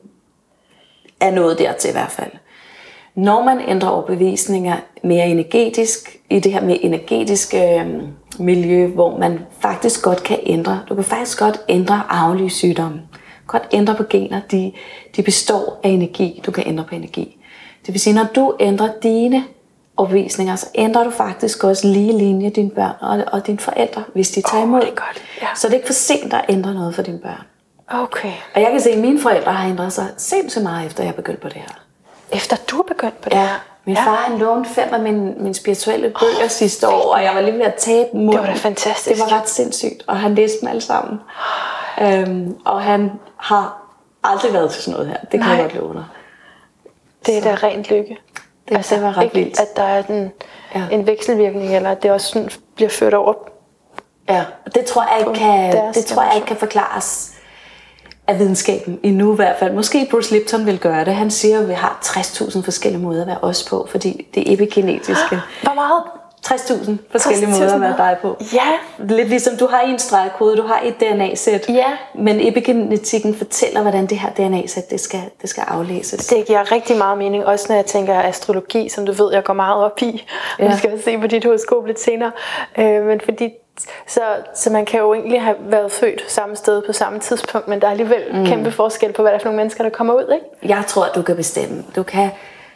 er nået dertil i hvert fald. Når man ændrer overbevisninger mere energetisk, i det her med energetiske øh, miljø, hvor man faktisk godt kan ændre, du kan faktisk godt ændre arvelige sygdomme. Godt ændre på gener, de, de består af energi, du kan ændre på energi. Det vil sige, når du ændrer dine overbevisninger, så ændrer du faktisk også lige linje dine børn og, og dine forældre, hvis de tager imod. Oh, det er godt. Ja. Så det er ikke for sent at ændre noget for dine børn. Okay. Og jeg kan se, at mine forældre har ændret sig sindssygt meget, efter jeg begyndte på det her. Efter du er begyndt på det? Ja, min ja. far han lånte fem af mine, mine spirituelle bøger oh, sidste år, og jeg var lige ved at tabe munden. Det var da fantastisk. Det var ret sindssygt, og han læste dem alle sammen. øhm, og han har aldrig været til sådan noget her, det kan Nej. jeg godt love dig. Det er da rent lykke. Det, altså, det var ret ikke, vildt. At der er den, ja. en vekselvirkning, eller at det også sådan bliver ført over. Ja, det tror jeg ikke kan, det tror jeg ikke kan forklares af videnskaben endnu i hvert fald. Måske Bruce Lipton vil gøre det. Han siger, at vi har tres tusind forskellige måder at være os på, fordi det er epigenetiske. Hvor meget? tres tusind forskellige tres tusind måder at være dig på. Ja. Lidt ligesom du har en stregkode, du har et D N A-sæt, ja. men epigenetikken fortæller, hvordan det her D N A-sæt det skal, det skal aflæses. Det giver rigtig meget mening, også når jeg tænker astrologi, som du ved, jeg går meget op i. Ja. Vi skal se på dit horoskop lidt senere. Øh, men fordi Så, så man kan jo egentlig have været født samme sted på samme tidspunkt, men der er alligevel mm. kæmpe forskel på, hvad der er for nogle mennesker, der kommer ud, ikke? Jeg tror, at du kan bestemme. Du kan,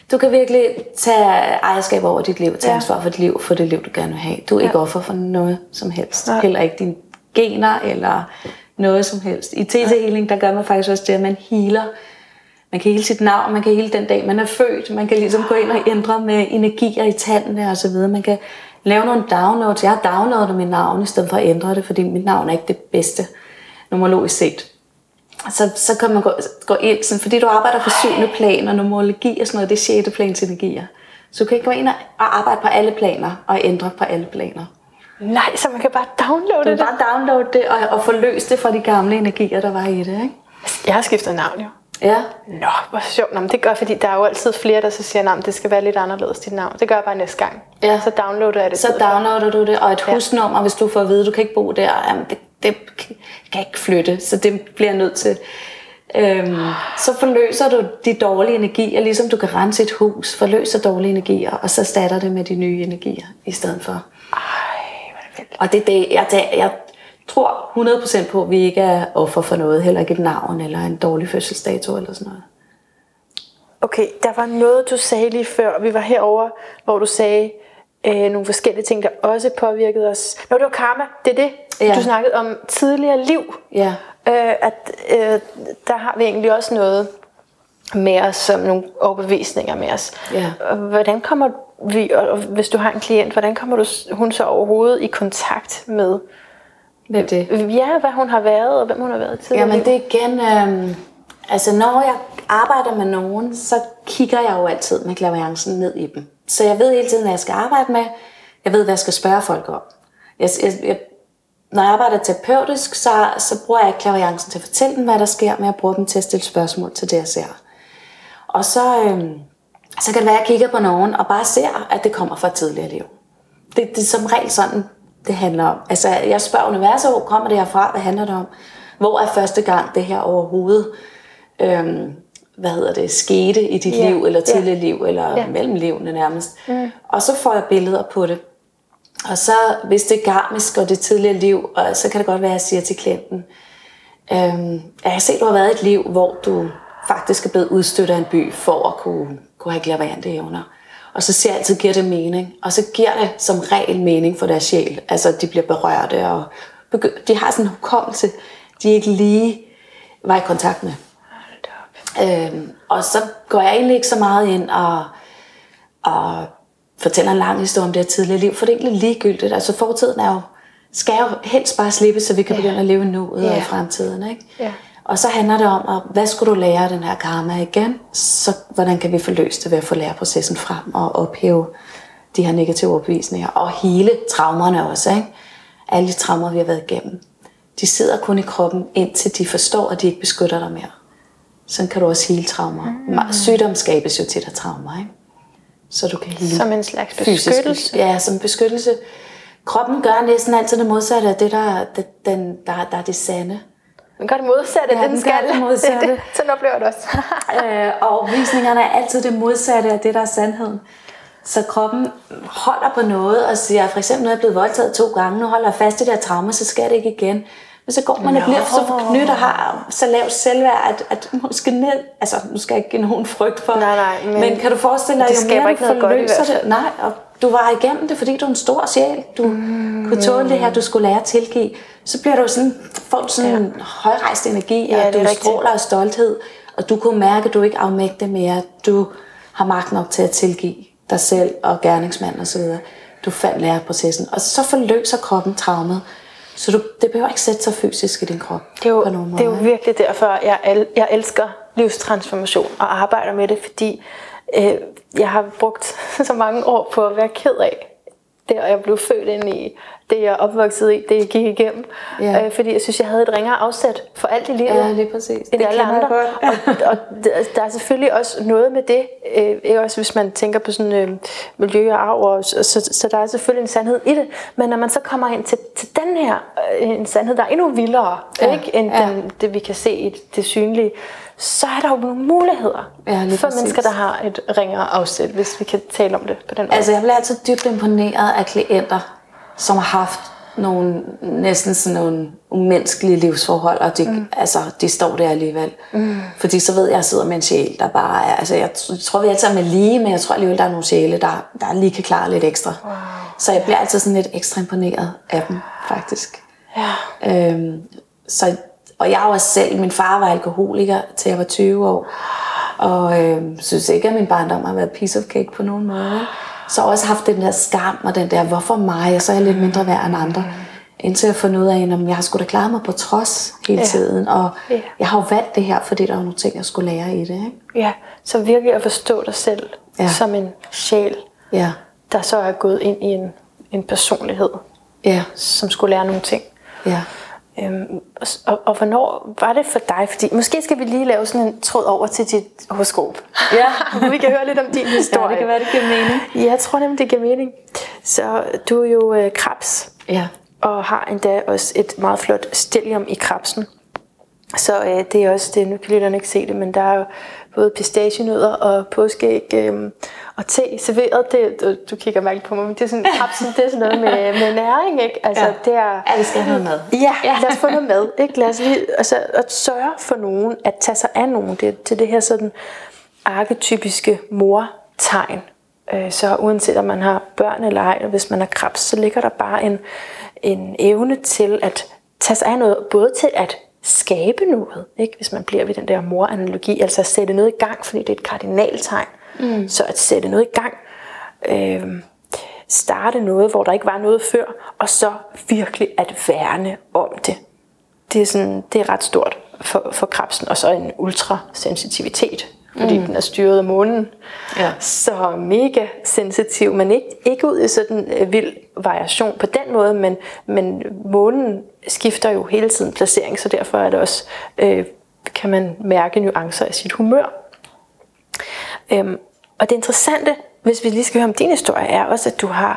Du kan virkelig tage ejerskab over dit liv, tage ja. ansvar for dit liv, for det liv, du gerne vil have. Du er ja. ikke offer for noget som helst. Ja. Heller ikke dine gener eller noget som helst. I T T-healing, der gør man faktisk også det, at man healer. Man kan hele sit navn, man kan hele den dag, man er født. Man kan ligesom gå ind og ændre med energier i tandene og så videre. Man kan lave nogle downloads. Jeg har downloadet mit navn, i stedet for at ændre det, fordi mit navn er ikke det bedste, numerologisk set. Så, så kan man gå, gå ind, sådan, fordi du arbejder på syvende plan, og numerologi og sådan noget, det er sjette plans energier. Så du kan ikke gå ind og arbejde på alle planer, og ændre på alle planer. Nej, så man kan bare downloade det? Du kan bare downloade det, og, og få løst det fra de gamle energier, der var i det, ikke? Jeg har skiftet navn jo. Ja. Nå, hvor sjovt. Nå, men det gør, fordi der er jo altid flere, der så siger, at det skal være lidt anderledes dit navn. Det gør jeg bare næste gang. Ja. Så downloader jeg det. Så downloader du det, og et ja. husnummer, hvis du får at vide, at du kan ikke bo der. Jamen, det, det kan ikke flytte, så det bliver jeg nødt til. Øhm, så forløser du de dårlige energier, ligesom du kan rense et hus, forløser dårlige energier, og så starter det med de nye energier i stedet for. Ej, hvor er det vildt. Og det er det, jeg, jeg, jeg tror hundrede procent på, at vi ikke er offer for noget, heller ikke et navn eller en dårlig fødselsdato eller sådan noget. Okay, der var noget, du sagde lige før, vi var herover, hvor du sagde øh, nogle forskellige ting, der også påvirkede os. Nå, det var karma, det er det. Ja. Du snakkede om tidligere liv. Ja. Øh, at øh, der har vi egentlig også noget med os, som nogle overbevisninger med os. Ja. Hvordan kommer vi, og hvis du har en klient, hvordan kommer du, hun så overhovedet i kontakt med Hvem det? Ja, hvad hun har været, og hvem hun har været tidligere? Jamen det er igen, øh, altså når jeg arbejder med nogen, så kigger jeg jo altid med clairvoyancen ned i dem. Så jeg ved hele tiden, hvad jeg skal arbejde med. Jeg ved, hvad jeg skal spørge folk om. Jeg, jeg, jeg, når jeg arbejder terapeutisk, så, så bruger jeg clairvoyancen til at fortælle dem, hvad der sker, men jeg bruger dem til at stille spørgsmål til det, jeg ser. Og så, øh, så kan det være, at jeg kigger på nogen og bare ser, at det kommer fra et tidligere liv. Det, det er som regel sådan, det handler om. Altså, jeg spørger universet, hvor kommer det herfra? Hvad handler det om? Hvor er første gang det her overhovedet, øhm, hvad hedder det, skete i dit yeah. liv, eller tidligere yeah. liv, eller yeah. mellemlivene nærmest. Mm. Og så får jeg billeder på det. Og så, hvis det er karmisk og det tidligere liv, og så kan det godt være, at jeg siger til klienten, øhm, jeg kan se, at du har været i et liv, hvor du faktisk er blevet udstødt af en by, for at kunne, kunne have clairvoyante evner. Og så ser jeg altid, giver det mening. Og så giver det som regel mening for deres sjæl. Altså, de bliver berørte, og begy- de har sådan en hukommelse, de ikke lige var i kontakt med. Øhm, og så går jeg egentlig ikke så meget ind og, og fortæller en lang historie om det her tidligere liv, for det er egentlig ligegyldigt. Altså, fortiden er jo, skal jo helst bare slippe, så vi kan begynde at leve i nuet og i fremtiden, ikke? Ja. Og så handler det om, at, hvad skulle du lære af den her karma igen? Så hvordan kan vi få løst det ved at få læreprocessen frem og ophæve de her negative overbevisninger? Og hele traumerne også, ikke? Alle de traumer, vi har været igennem. De sidder kun i kroppen, indtil de forstår, at de ikke beskytter dig mere. Sådan kan du også hele traumer. Mm. Sygdom skabes jo til dig traumer, ikke? Så du kan hele som en slags beskyttelse? Fysisk, ja, som beskyttelse. Kroppen gør næsten altid det modsatte af det, der, det, den, der, der er det sande. Den gør det modsatte, ja, den, den skal. Det modsatte. Det, sådan oplever det også. øh, og visningerne er altid det modsatte af det, der er sandheden. Så kroppen holder på noget og siger, for eksempel, når jeg er blevet voldtaget to gange, nu holder jeg fast i det her trauma, så sker det ikke igen. Men så går man og bliver så forknyttet og har så lavt selvværd, at, at måske ned, altså nu skal jeg ikke give nogen frygt for, nej, nej, men, men kan du forestille dig, jo mere du forløser det, nej, og du var igennem det, fordi du er en stor sjæl, du mm, kunne tåle det her, du skulle lære at tilgive, så bliver du sådan, får du sådan ja. en højrejst energi, ja, og du stråler af stolthed, og du kunne mærke, at du ikke afmægter mere, du har magt nok til at tilgive dig selv og gerningsmand og så videre. Du fandt læreprocessen, og så forløser kroppen traumet. Så du, det behøver ikke sætte sig fysisk i din krop. Det er jo, på nogen måde. Det er jo virkelig derfor, jeg, el, jeg elsker livstransformation og arbejder med det, fordi øh, jeg har brugt så mange år på at være ked af det, og jeg blev født ind i det, jeg er opvokset i, det jeg gik igennem. Ja. Øh, fordi jeg synes, jeg havde et ringere afsæt for alt i livet. Ja, lige præcis. End det alle andre. og, og der er selvfølgelig også noget med det, øh, ikke også hvis man tænker på sådan øh, miljø og arv, og, så, så, så der er selvfølgelig en sandhed i det. Men når man så kommer ind til, til den her, øh, en sandhed, der er endnu vildere, ja. ikke, end ja. den, det vi kan se i det, det synlige, så er der jo nogle muligheder ja, for præcis. mennesker, der har et ringere afsæt, hvis vi kan tale om det på den måde. Altså jeg bliver altid dybt imponeret af klienter, som har haft nogle næsten sådan nogle umenneskelige livsforhold, og de, mm. altså, de står der alligevel. Mm. Fordi så ved jeg, at jeg sidder med en sjæl, der bare er, altså jeg tror, vi alle sammen er lige, men jeg tror alligevel, der er nogle sjæle, der, der lige kan klare lidt ekstra. Wow. Så jeg bliver altid sådan lidt ekstra imponeret af dem, faktisk. Ja. Øhm, så, og jeg var selv, min far var alkoholiker, til jeg var tyve år, og øhm, synes ikke, at min barndom har været piece of cake på nogen måde. Så har jeg også haft den der skam og den der, hvorfor mig, og så er jeg lidt mindre værd end andre. Indtil jeg fundet ud af, at jeg har sgu da klaret mig på trods hele ja. tiden. Og ja. jeg har jo valgt det her, fordi der var nogle ting, jeg skulle lære i det. Ikke? Ja, så virkelig at forstå dig selv ja. som en sjæl, ja. der så er gået ind i en, en personlighed, ja. som skulle lære nogle ting. Ja. Øhm, og, og hvornår var det for dig? Fordi måske skal vi lige lave sådan en tråd over til dit horoskop. Ja, vi kan høre lidt om din historie. Ja, det kan være, det giver mening. Ja, jeg tror nemlig, det giver mening. Så du er jo øh, krebs, ja. og har endda også et meget flot stellium i krebsen. Så øh, det er også det, nu kan lytterne ikke se det, men der er jo både pistachienødder og påskeæg øh, og te serveret. Det, du, du kigger mærkeligt på mig, men det er sådan, krebsen, det er sådan noget med, med næring, ikke? Altså, ja. det er, ja, vi skal have noget mad. Ja, ja, lad os få noget mad, ikke? Lad os lige, altså, at sørge for nogen, at tage sig af nogen, det, til det her sådan arketypiske mor-tegn. Øh, så uanset om man har børn eller ej, og hvis man er krebs, så ligger der bare en, en evne til at tage sig af noget, både til at skabe noget, ikke? Hvis man bliver ved den der mor-analogi, altså at sætte noget i gang, fordi det er et kardinaltegn. Mm. Så at sætte noget i gang, øh, starte noget, hvor der ikke var noget før, og så virkelig at værne om det. Det er, sådan, det er ret stort for, for krebsen, og så en ultrasensitivitet, fordi mm. den er styret af månen. Ja. Så mega sensitiv, men ikke, ikke ud i sådan en vild variation på den måde, men, men månen skifter jo hele tiden placering, så derfor er det også, øh, kan man mærke nuancer af sit humør. Øhm, og det interessante, hvis vi lige skal høre om din historie, er også, at du har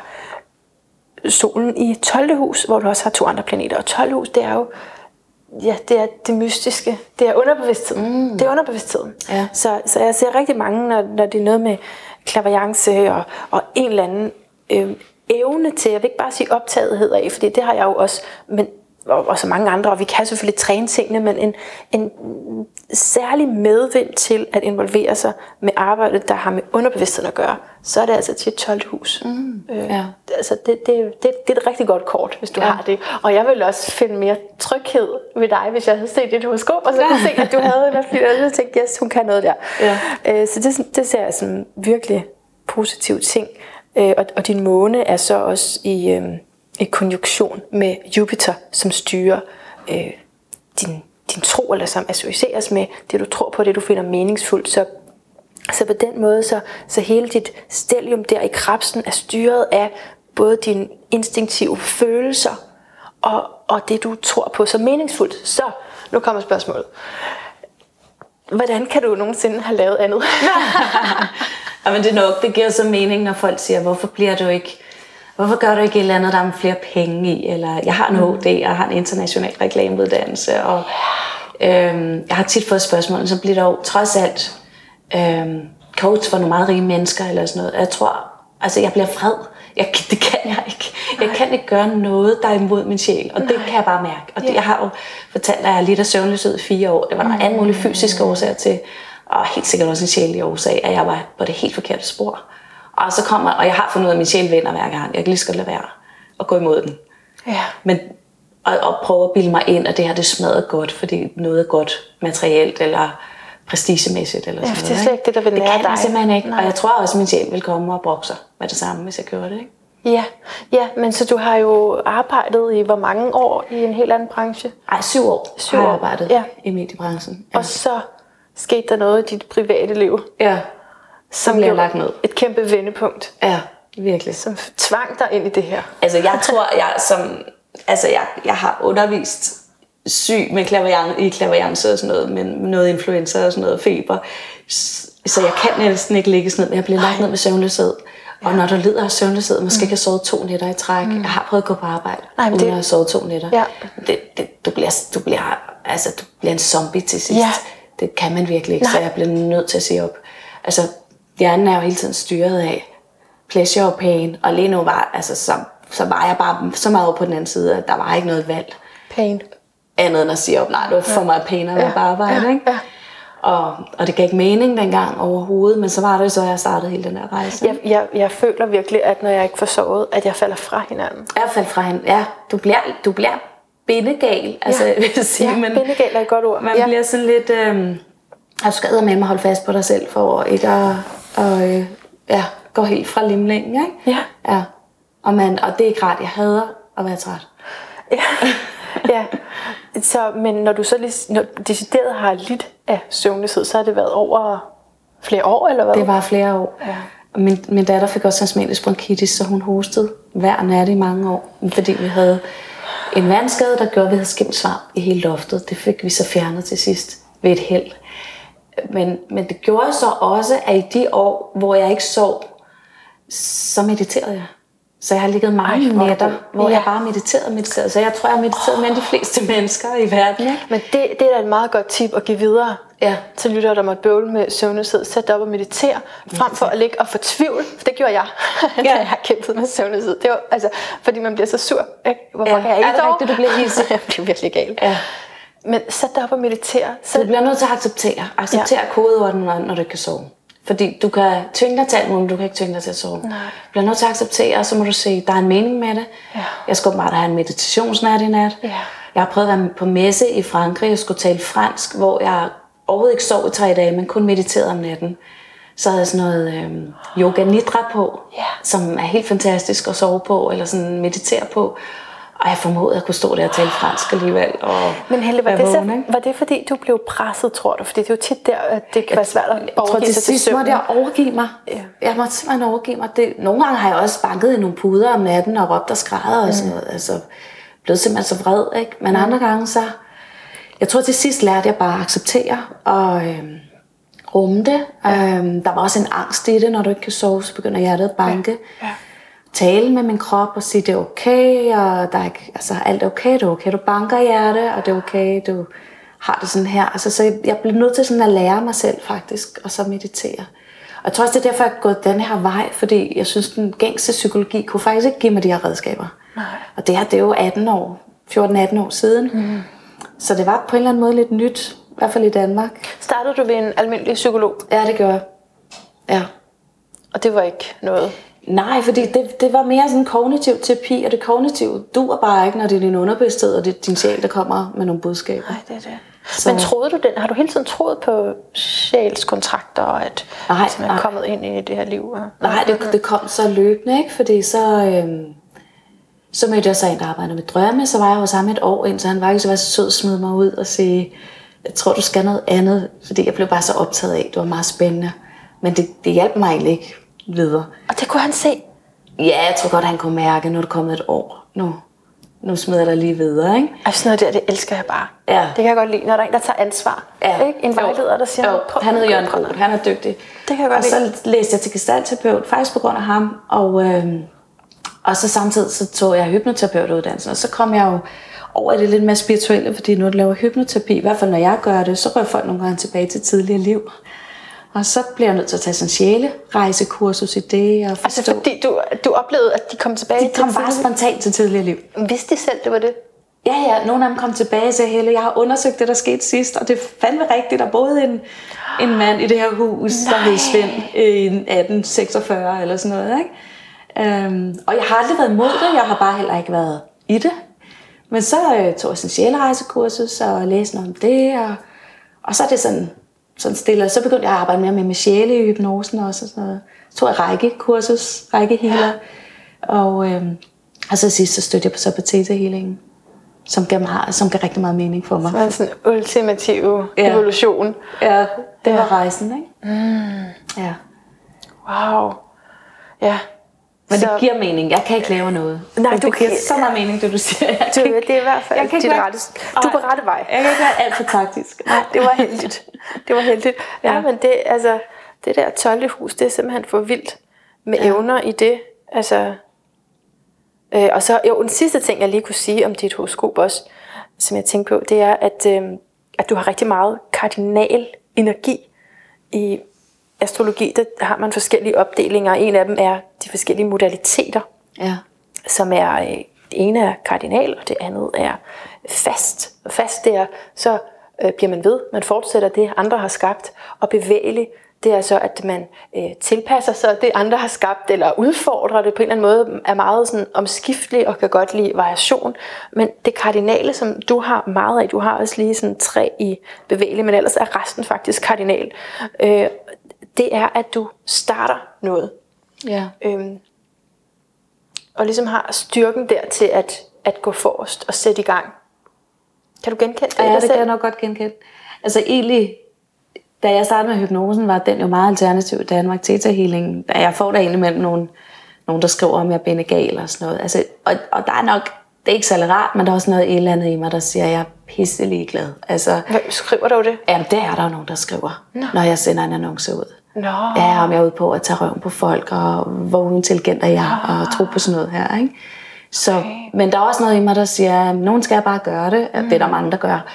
solen i tolvte hus, hvor du også har to andre planeter. Og tolvte hus, det er jo ja, det, er det mystiske. Det er underbevidstheden. Mm. Det er underbevidstheden. Ja. Så, så jeg ser rigtig mange, når, når det er noget med clairvoyance og, og en eller anden øh, evne til, jeg vil ikke bare sige optagethed af, fordi det har jeg jo også, men og, og så mange andre, og vi kan selvfølgelig træne tingene, men en, en særlig medvind til at involvere sig med arbejde, der har med underbevidstheden at gøre, så er det altså til et tolvte hus. Mm, øh, ja. Altså det, det, det, det er et rigtig godt kort, hvis du ja. har det. Og jeg vil også finde mere tryghed ved dig, hvis jeg havde set dit horoskop, og så kunne ja. se, at du havde noget, og så tænkte yes, hun kan noget der. Ja. Øh, så det, det ser jeg som virkelig positive ting. Øh, og, og din måne er så også i... Øh, i konjunktion med Jupiter, som styrer øh, din, din tro, eller som associeres med det, du tror på, det du finder meningsfuldt. Så, så på den måde, så, så hele dit stellium der i krebsen er styret af både dine instinktive følelser, og, og det du tror på som meningsfuldt. Så, nu kommer spørgsmålet. Hvordan kan du nogensinde have lavet andet? Jamen det er nok, det giver så mening, når folk siger, hvorfor bliver du ikke Hvorfor gør du ikke et eller andet, der er flere penge i? Eller jeg har en H D, og jeg har en international reklameuddannelse, og øhm, jeg har tit fået spørgsmål, så bliver der jo trods alt øhm, coach for nogle meget rige mennesker, eller sådan noget. Jeg tror, altså jeg bliver vred. Jeg, det kan jeg ikke. Jeg kan ikke gøre noget, der er imod min sjæl, og det kan jeg bare mærke. Og det, jeg har jo fortalt dig, at jeg er lidt af søvnløshed i fire år. Det var der mm. alle mulige fysiske årsager til, og helt sikkert også en sjældent årsag, at jeg var på det helt forkerte spor. Og så kommer, og jeg har fundet ud af, at min sjæl vinder hver gang. Jeg kan lige så godt lade være og gå imod den. Ja. Men, og, og prøve at bilde mig ind, at det her det smadrer godt, fordi noget er godt materielt eller prestigemæssigt. Eller ja, sådan det er slet ikke det, der vil lære dig. Det kan jeg simpelthen ikke. Nej. Og jeg tror også, at min sjæl vil komme og brokke sig med det samme, hvis jeg gjorde det. Ikke? Ja. ja, men så du har jo arbejdet i hvor mange år i en helt anden branche? Ej, syv år syv har jeg arbejdet ja. i mediebranchen. Ja. Og så skete der noget i dit private liv? Ja. Som bliver lagt ned. Et kæmpe vendepunkt. Ja, virkelig. Som tvang dig ind i det her. Altså jeg tror, jeg som altså jeg, jeg har undervist syg med clairvoyance, i clairvoyance og sådan noget, men noget influenza og sådan noget, feber. Så jeg kan næsten ikke ligge sådan ned, men jeg bliver lagt ned med søvnløshed. Og når du lider af søvnløshed, måske mm. kan sove to nætter i træk. Mm. Jeg har prøvet at gå på arbejde, Nej, uden det... at have sovet to nætter. Ja. Det, det, du, bliver, du, bliver, altså, du bliver en zombie til sidst. Ja. Det kan man virkelig ikke, Nej. så jeg bliver nødt til at sige op. Altså, hjernen er jo hele tiden styret af pleasure og pain, og lige nu var, altså, som så var jeg bare så meget over på den anden side, at der var ikke noget valg. Pain. Andet end at sige op, nej, det var for meget pænt at være på arbejde, ja, ikke? ja. Og, og det gav ikke mening dengang overhovedet, men så var det så, jeg startede hele den her rejse. Jeg, jeg, jeg føler virkelig, at når jeg ikke får sovet, at jeg falder fra hinanden. Jeg falder fra hinanden, ja. Du bliver, du bliver bindegal, altså ja. jeg vil sige. Ja, men bindegal er et godt ord. Man ja. bliver sådan lidt, øh, jeg skal med mig holde fast på dig selv, for ikke at og, øh, ja, gå helt fra limlingen, ikke? Ja. ja. Og, man, og det er ikke rart, jeg hader at være træt. Ja. Ja, så, men når du så lige, når decideret har lidt af søvnløshed, så har det været over flere år, eller hvad? Det var flere år. Ja. Min, min datter fik også astmatisk bronkitis, så hun hostede hver nat i mange år, fordi vi havde en vandskade, der gjorde, at vi havde skimsvamp i hele loftet. Det fik vi så fjernet til sidst ved et held. Men, men det gjorde så også, at i de år, hvor jeg ikke sov, så mediterede jeg. Så jeg har ligget mange Ej, nætter, hvor ja. jeg bare mediterede, mediterede. Så jeg tror, jeg har mediteret mere end de fleste mennesker i verden. Ikke? Men det, det er da et meget godt tip at give videre ja. til lyttere, der måtte bøvle med søvnløshed. Sæt dig op og meditere, frem for at ligge og fortvivle. For det gjorde jeg, ja. da jeg har kæmpet med søvnløshed. Det var, altså, fordi man bliver så sur. Ikke? Hvorfor ja. kan jeg ikke er det rigtigt, du bliver helt Jeg bliver virkelig gal. Ja. Men sæt dig op og meditere. Så du bliver nødt til at acceptere. Acceptere ja. kodeordene, når, når du ikke kan sove. Fordi du kan tvinge dig til alt muligt, men du kan ikke tvinge dig til at sove. Nej. Du bliver nødt til at acceptere, og så må du se, der er en mening med det. Ja. Jeg skulle bare have en meditationsnat i nat. Ja. Jeg har prøvet at være på messe i Frankrig, jeg skulle tale fransk, hvor jeg overhovedet ikke sov i tre dage, men kun mediterede om natten. Så havde jeg sådan noget øhm, yoga nidra på, ja. som er helt fantastisk at sove på, eller sådan meditere på. Og jeg formodede, at jeg kunne stå der og tale fransk alligevel. Og Men Helle, var, det vågen, så, var det fordi, du blev presset, tror du? Fordi det er jo tit der, at det kan være svært at overgive jeg tror, til sig til sidst måtte jeg overgive mig. Ja. Jeg måtte simpelthen overgive mig. Det, nogle gange har jeg også banket i nogle puder om natten og råbt og skrædder og sådan noget. Altså, blevet simpelthen så vred, ikke? Men mm. andre gange så... Jeg tror, til sidst lærte jeg bare at acceptere og øhm, rumme det. Øhm, der var også en angst i det, når du ikke kan sove, så begynder hjertet at banke. Ja. Ja. Tale med min krop og sige, det er okay, og der er ikke, altså, alt er okay, det er okay, du banker hjerte, og det er okay, du har det sådan her. Altså, så jeg, jeg blev nødt til sådan at lære mig selv faktisk, og så meditere. Og jeg tror også, det er derfor, jeg er gået den her vej, fordi jeg synes, den gængse psykologi kunne faktisk ikke give mig de her redskaber. Nej. Og det her, det er jo atten år, fjorten atten år siden. Mm. Så det var på en eller anden måde lidt nyt, i hvert fald i Danmark. Startede du ved en almindelig psykolog? Ja, det gjorde jeg. Ja. Og det var ikke noget? Nej, fordi det, det var mere sådan kognitiv terapi, og det kognitive duer bare ikke, når det er din underbevidsthed, og det er din sjæl, der kommer med nogle budskaber. Nej, det er det. Så. Men troede du den? Har du hele tiden troet på sjælskontrakter, og at nej, man er kommet ind i det her liv? Og nej, det, det kom så løbende, ikke? Fordi så, øhm, så mødte jeg så en, der arbejdede med drømme, så var jeg jo sammen et år ind, så han var ikke så, så sød at smide mig ud og sige, jeg tror, du skal noget andet, fordi jeg blev bare så optaget af, det var meget spændende. Men det, det hjalp mig egentlig ikke videre. Og det kunne han se? Ja, jeg tror godt, han kunne mærke, nu er det kommet et år. Nu, nu smider jeg dig lige videre, ikke? Altså sådan noget der, det elsker jeg bare. Ja. Det kan jeg godt lide, når der er en, der tager ansvar. Ja. Ikke? En vejleder, der siger, jo, han hedder Jørgen Groth, han er dygtig. Det kan jeg godt og lide. så læste jeg til gestaltterapeut, faktisk på grund af ham. Og, øhm, og så samtidig så tog jeg hypnoterapeutuddannelsen, og så kom jeg jo over i det lidt mere spirituelle, fordi nu laver hypnoterapi, i hvert fald når jeg gør det, så rører folk nogle gange tilbage til tidligere liv. Og så bliver jeg nødt til at tage sådan en sjælerejsekursus i det og forstå. Altså fordi du, du oplevede, at de kom tilbage de til kom bare spontant til tidligere liv. Vidste de selv, det var det? Ja, ja. Nogle af dem kom tilbage og sagde, Helle, jeg har undersøgt det, der skete sidst, og det er fandme rigtigt. Der boede en, en mand i det her hus, Nej. der hed Svend i atten seksogfyrre eller sådan noget. Ikke? Øhm, og jeg har aldrig været imod det, jeg har bare heller ikke været i det. Men så øh, tog jeg sådan en sjælerejsekursus og læste noget om det, og, og så er det sådan... sådan stille. Så begyndte jeg at arbejde mere med, med sjæle i hypnosen også. Og sådan noget. Så tog jeg rækkekursus, rækkehealer. Ja. Og, øhm, og så sidst så stødte jeg på så på theta-healingen, som gav, meget, som gav rigtig meget mening for mig. Så var sådan en ultimativ ja. evolution. Ja, det var ja. rejsen, ikke? Mm. Ja. Wow. Ja. Men så... det giver mening. Jeg kan ikke lave noget. Nej, det du giver kan... så meget mening, det du siger. Jeg du, ikke... det er i hvert fald dit være... rette... Du er på rette vej. Jeg kan ikke være alt for taktisk. Nej, det var heldigt. Det var heldigt. Ja, ja, men det, altså, det der tolvte hus, det er simpelthen for vildt med ja. evner i det. Altså, øh, og så, jo, den sidste ting, jeg lige kunne sige om dit horoskop også, som jeg tænkte på, det er, at, øh, at du har rigtig meget kardinal energi. I astrologi, der har man forskellige opdelinger, og en af dem er de forskellige modaliteter. Ja. som er øh, det ene er kardinal, og det andet er fast. Og fast det er, så øh, bliver man ved, man fortsætter det, andre har skabt, og bevægelig, det er så, at man øh, tilpasser sig det, andre har skabt, eller udfordrer det på en eller anden måde, er meget sådan omskiftelig og kan godt lide variation. Men det kardinale, som du har meget af, du har også lige sådan tre i bevægelig, men ellers er resten faktisk kardinal. Øh, det er, at du starter noget. Ja. Øhm, og ligesom har styrken der til at, at gå forrest og sætte i gang. Kan du genkende det? Ja, det kan jeg nok godt genkende. Altså egentlig, da jeg startede med hypnosen, var den jo meget alternativ i Danmark. Theta Healing, da jeg får der egentlig mellem nogen, nogen, der skriver om, at jeg er benegal og sådan noget. Altså, og, og der er nok, det er ikke særlig rart, men der er også noget et eller andet i mig, der siger, at jeg er pisselig glad. Altså, hvad skriver du det? Jamen, det er der jo nogen, der skriver, Nå. Når jeg sender en annonce ud. Nå. Ja, om jeg er ude på at tage røven på folk, og hvor uintelligent er jeg, Nå. og tro på sådan noget her, ikke? Så, okay. Men der er også noget i mig, der siger, at nogen skal bare gøre det. Mm. Det er der mange, der gør.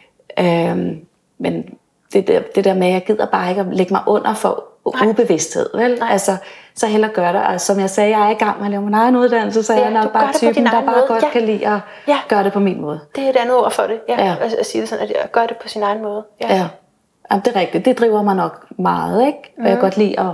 Øhm, men det der, det der med, at jeg gider bare ikke at lægge mig under for Nej. ubevidsthed, vel? Nej. Altså, så hellere gør det. Og som jeg sagde, jeg er i gang med at lave min egen uddannelse, så ja, jeg er nok bare typen, der bare måde. godt ja. kan lide at ja. gøre det på min måde. Det er et andet ord for det. Ja. Ja. At sige det sådan, at jeg gør det på sin egen måde. Ja. ja. Jamen, det er rigtigt. Det driver mig nok meget, ikke? Mm. Og jeg kan godt lide at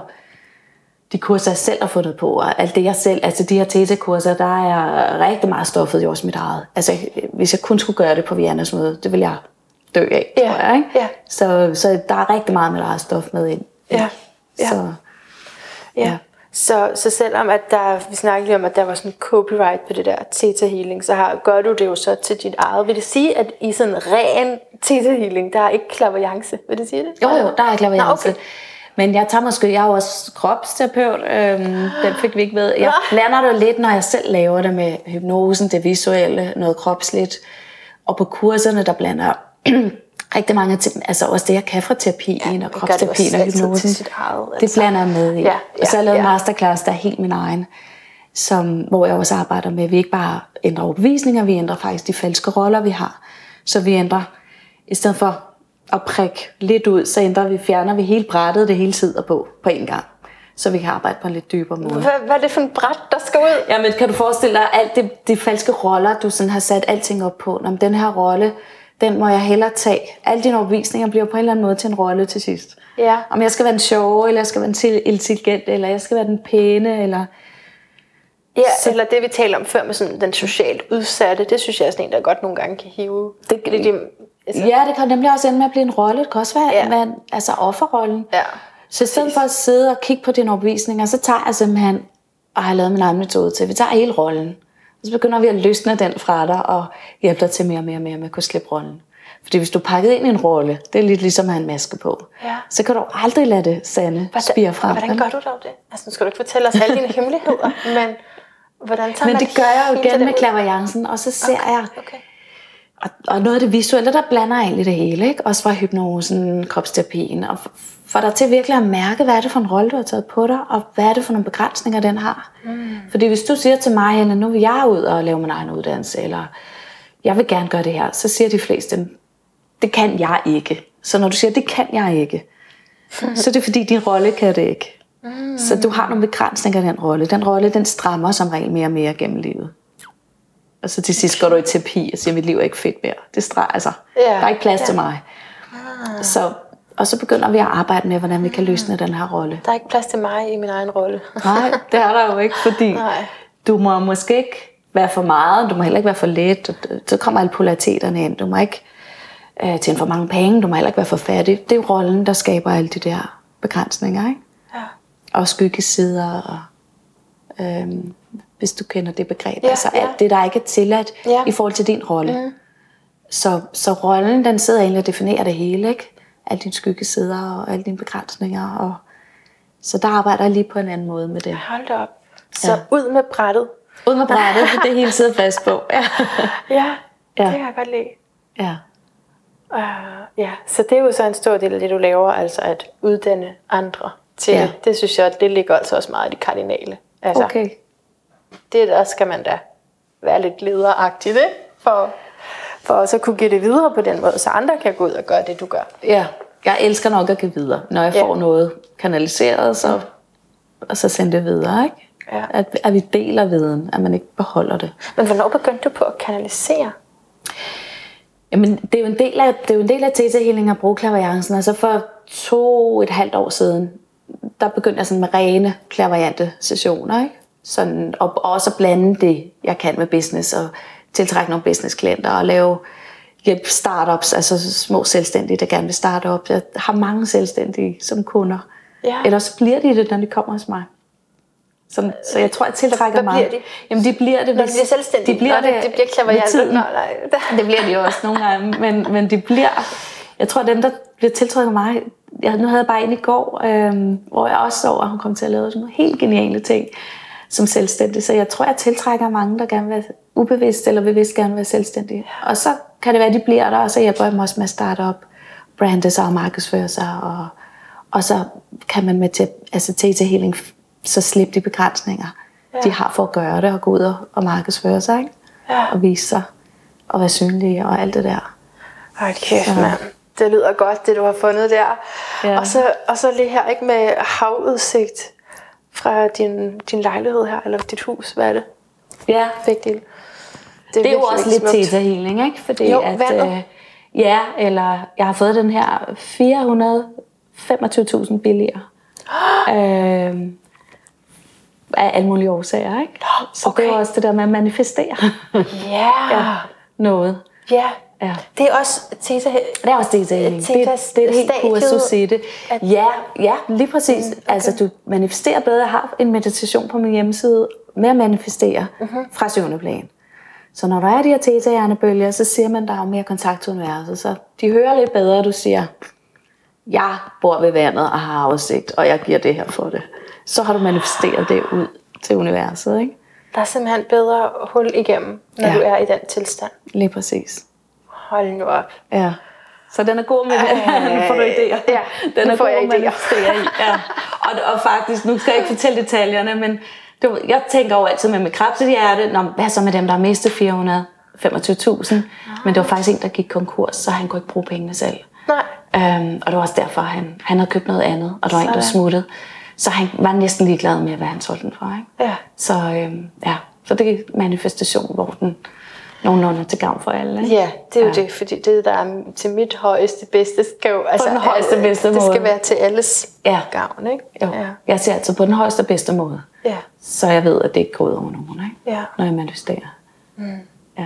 de kurser, jeg selv har fundet på, og alt det jeg selv, altså de her Theta-kurser, der er rigtig meget stoffet i også mit eget. Altså, hvis jeg kun skulle gøre det på Viannas måde, det ville jeg dø af, ja. tror jeg, ikke? Ja. Så, så der er rigtig meget med eget stof med ind. Ja. Ja. Så, ja. ja. Så, så selvom at der, vi snakkede lige om, at der var sådan copyright på det der Theta Healing, så har, gør du det jo så til dit eget. Vil det sige, at i sådan ren Theta Healing, der er ikke klaverjance? Vil det sige det? Jo, jo, der er klaverjance. Okay. Men jeg tager måske, jeg er jo også kropsterapeut, øhm, den fik vi ikke ved. Jeg blander det lidt, når jeg selv laver det med hypnosen, det visuelle, noget kropsligt. Og på kurserne, der blander rigtig mange ting, altså også det, jeg kan fra terapien ja, og kropsterapien og hypnosen. Eget, altså. Det blander jeg med i. Ja, ja, og så har jeg lavet ja. en masterclass, der er helt min egen, som, hvor jeg også arbejder med, at vi ikke bare ændrer overbevisninger, vi ændrer faktisk de falske roller, vi har. Så vi ændrer, i stedet for at prikke lidt ud, så ændrer vi, fjerner vi hele brættet, det hele sidder på, på en gang. Så vi kan arbejde på en lidt dybere måde. Hvad, hvad er det for en bræt, der skal ud? Jamen, kan du forestille dig, alt det, de falske roller, du sådan har sat alting op på. Når den her rolle, den må jeg hellere tage. Alle dine overbevisninger bliver på en eller anden måde til en rolle til sidst. Ja. Om jeg skal være den sjove, eller jeg skal være den intelligent, eller jeg skal være den pæne, eller... Ja, så... eller det vi talte om før med sådan den socialt udsatte, det synes jeg er sådan en, der godt nogle gange kan hive. Det, det, det, altså... Ja, det kan nemlig også ende med at blive en rolle. Det kan også være, ja. man, altså offerrollen. Ja. Så i stedet for at sidde og kigge på dine overbevisninger, så tager jeg simpelthen, og har lavet min egen metode til, vi tager hele rollen. Og så begynder vi at løsne den fra dig, og hjælpe dig til mere og mere og mere med at kunne slippe rollen. Fordi hvis du er pakket ind i en rolle, det er lidt ligesom at have en maske på, ja. så kan du aldrig lade det sande spire frem. Hvordan gør du dog det? Altså, nu skal du ikke fortælle os alle dine hemmeligheder, men hvordan tager men man det gør jeg jo igen med klaverjancen, og så ser okay. jeg... Okay. Og, og noget af det visuelle, der blander egentlig det hele, ikke? Også fra hypnosen, kropsterapien, og for dig til virkelig at mærke, hvad er det for en rolle, du har taget på dig, og hvad er det for nogle begrænsninger, den har. Mm. Fordi hvis du siger til mig, Helle, nu vil jeg ud og lave min egen uddannelse, eller jeg vil gerne gøre det her, så siger de fleste, det kan jeg ikke. Så når du siger, det kan jeg ikke, så er det fordi, din rolle kan det ikke. Mm. Så du har nogle begrænsninger af den rolle. Den rolle, den strammer som regel mere og mere gennem livet. Og så til sidst går du i terapi og siger, mit liv er ikke fedt mere. Det streger sig. Ja. Der er ikke plads ja. til mig. Ah. Så, og så begynder vi at arbejde med, hvordan vi kan løsne den her rolle. Der er ikke plads til mig i min egen rolle. Nej, det er der jo ikke, fordi Nej. du må måske ikke være for meget, du må heller ikke være for let. Så kommer alle polariteterne ind. Du må ikke øh, tjene for mange penge, du må heller ikke være for fattig. Det er jo rollen, der skaber alle de der begrænsninger, ikke? Ja. Og skyggesider og... Øhm, hvis du kender det begreb, ja, altså ja. alt det, der ikke er tilladt ja. i forhold til din rolle. Mm. Så, så rollen, den sidder egentlig og definerer det hele, ikke? Alle dine skyggesider og alle dine begrænsninger. Og, så der arbejder jeg lige på en anden måde med det. Hold da op. Så ja. ud med brættet. Ud med brættet, det er hele tiden fast på. Ja. ja, ja, det kan jeg godt lide. Ja. Uh, ja, så det er jo så en stor del af det, du laver, altså at uddanne andre til ja. det. Det synes jeg, det ligger altså også meget i det kardinale. Altså, okay. Det der skal man da være lidt lederagtig, det, for, for også at kunne give det videre på den måde, så andre kan gå ud og gøre det, du gør. Ja, jeg elsker nok at give videre. Når jeg ja. får noget kanaliseret, så, og så sende det videre, ikke? Ja. At, at vi deler viden, at man ikke beholder det. Men hvornår begyndte du på at kanalisere? Jamen, det er jo en del af, det er jo en del af Theta Healing at bruge clairvoyancen. Altså for to et halvt år siden, der begyndte jeg sådan med rene clairvoyante sessioner, ikke? Sådan, og også at blande det, jeg kan med business, og tiltrække nogle businessklienter, og lave hjælp startups, altså små selvstændige, der gerne vil starte op. Jeg har mange selvstændige som kunder. Ja. Ellers bliver de det, når de kommer hos mig. Så, så jeg tror, jeg tiltrækker meget. Hvad bliver de? Jamen, de bliver det, når de bliver selvstændige. De bliver Nå, det, det bliver clairvoyante. Nej, det bliver de også nogle gange, men, men de bliver... Jeg tror, dem, der bliver tiltrukket mig... Jeg, nu havde jeg bare en i går, øhm, hvor jeg også så, at hun kom til at lave sådan nogle helt geniale ting som selvstændig. Så jeg tror, jeg tiltrækker mange, der gerne vil være ubevidst eller bevidst gerne vil være selvstændige. Og så kan det være, at de bliver der, og så hjælper jeg dem også med at starte op, brande sig og markedsføre sig. Og, og så kan man med til, altså Theta Healing så slippe de begrænsninger, ja. de har for at gøre det, og gå ud og, og markedsføre sig, ikke? Ja. Og vise sig, og være synlige, og alt det der. Ej, kæft, mand. Det lyder godt, det du har fundet der. Ja. Og, så, og så lige her, ikke, med havudsigt fra din, din lejlighed her, eller dit hus, hvad er det? Ja. Begge dele. Det er, det er jo også lidt Theta Healing, ikke? Fordi jo, at, øh, ja, eller jeg har fået den her fire hundrede og femogtyve tusind billigere. øh, af alle mulige årsager, ikke? Okay. Så det er også det der med at manifestere. Yeah. ja. Noget. Ja. Ja. Det er også Theta. Det er også Theta Healing. Det, det er et helt kursus i det. Ja, ja, lige præcis. Mm, okay. Altså, du manifesterer bedre. Jeg har en meditation på min hjemmeside med at manifestere mm-hmm. fra syvende plan. Så når der er de her theta-hjernebølger, så siger man, der er mere kontakt til universet. Så de hører lidt bedre, du siger, jeg bor ved vandet og har udsigt, og jeg giver det her for det. Så har du manifesteret det ud til universet, ikke? Der er simpelthen bedre hul igennem, når ja. du er i den tilstand. Lige præcis. Hold nu op. Ja. Så den er god med, øh, får du idéer. Ja, den er god med at manifestere i. Ja. Og, og faktisk, nu skal jeg ikke fortælle detaljerne, men du, jeg tænker jo altid med mit krebs i hjertet, nå, hvad så med dem, der har mistet fire hundrede og femogtyve tusind? Men det var faktisk en, der gik konkurs, så han kunne ikke bruge pengene selv. Nej. Øhm, og det var også derfor, han, han havde købt noget andet, og der var en, der smuttede. Så han var næsten ligeglad med, hvad han solgte den for. Ikke? Ja. Så, øhm, ja. så det er manifestation, hvor den nogenlunde til gavn for alle. Ikke? Ja, det er jo ja. det, fordi det, der er til mit højeste bedste, skal jo, altså, den højeste øh, bedste det måde. skal være til alles ja. gavn, ikke? Jo. Ja. Jeg ser altid på den højeste bedste måde. Ja. Så jeg ved, at det ikke går ud over nogen, ikke? Ja. Når jeg manifesterer. Mm. Ja.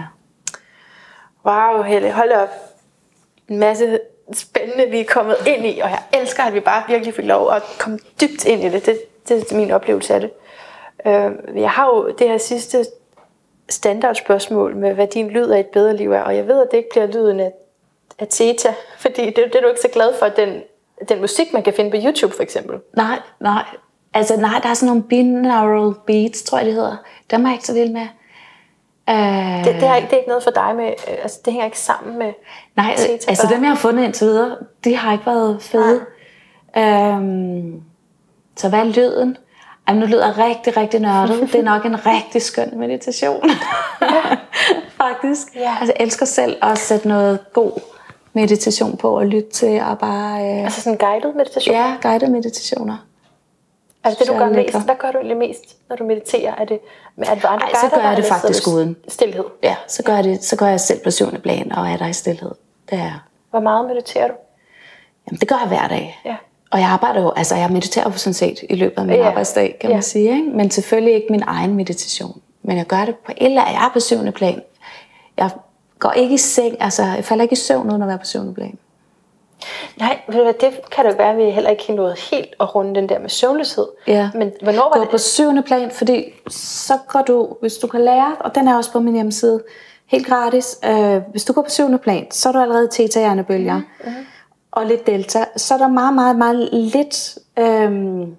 Wow, Helle, hold op. En masse spændende, vi er kommet ind i, og jeg elsker, at vi bare virkelig fik lov at komme dybt ind i det. Det, det er min oplevelse af det. Uh, jeg har jo det her sidste standardspørgsmål med, hvad din lyd af et bedre liv er, og jeg ved, at det ikke bliver lyden af, af Theta, fordi det, det er du ikke så glad for, den, den musik, man kan finde på YouTube for eksempel. Nej, nej. Altså nej, der er sådan nogle binaural beats, tror jeg det hedder. Dem er jeg ikke så vild med. Uh... Det, det, er, det er ikke noget for dig med, altså det hænger ikke sammen med nej, Theta. Altså dem jeg har fundet indtil videre, de har ikke været fede. Um, så hvad er lyden? Jamen, nu lyder jeg rigtig, rigtig nørdet. Det er nok en rigtig skøn meditation. Faktisk. Ja. Altså, jeg elsker selv at sætte noget god meditation på og lytte til og bare... Øh... Altså sådan en guided meditation? Ja, guided meditationer. Er det det, du gør mest? Hvad gør du egentlig mest, når du mediterer? Er det med at andre Ej, så gør jeg det faktisk uden. Stilhed? Ja, så gør jeg det, så gør jeg selv på syvende plan og er der i stilhed. Det er. Hvor meget mediterer du? Jamen, det gør jeg hver dag. Ja. Og jeg arbejder jo, altså jeg mediterer jo sådan set i løbet af min ja. arbejdsdag, kan man ja. sige, ikke? Men selvfølgelig ikke min egen meditation. Men jeg gør det på et eller andet, jeg er på syvende plan. Jeg går ikke i seng, altså jeg falder ikke i søvn uden at være på syvende plan. Nej, det kan det være, at vi heller ikke har nået helt at runde den der med søvnløshed. Ja, men hvornår var gå det? På syvende plan, fordi så går du, hvis du kan lære, og den er også på min hjemmeside, helt gratis. Øh, hvis du går på syvende plan, så er du allerede theta-hjernebølger. Mm-hmm. Og lidt delta, så er der meget, meget, meget lidt øhm,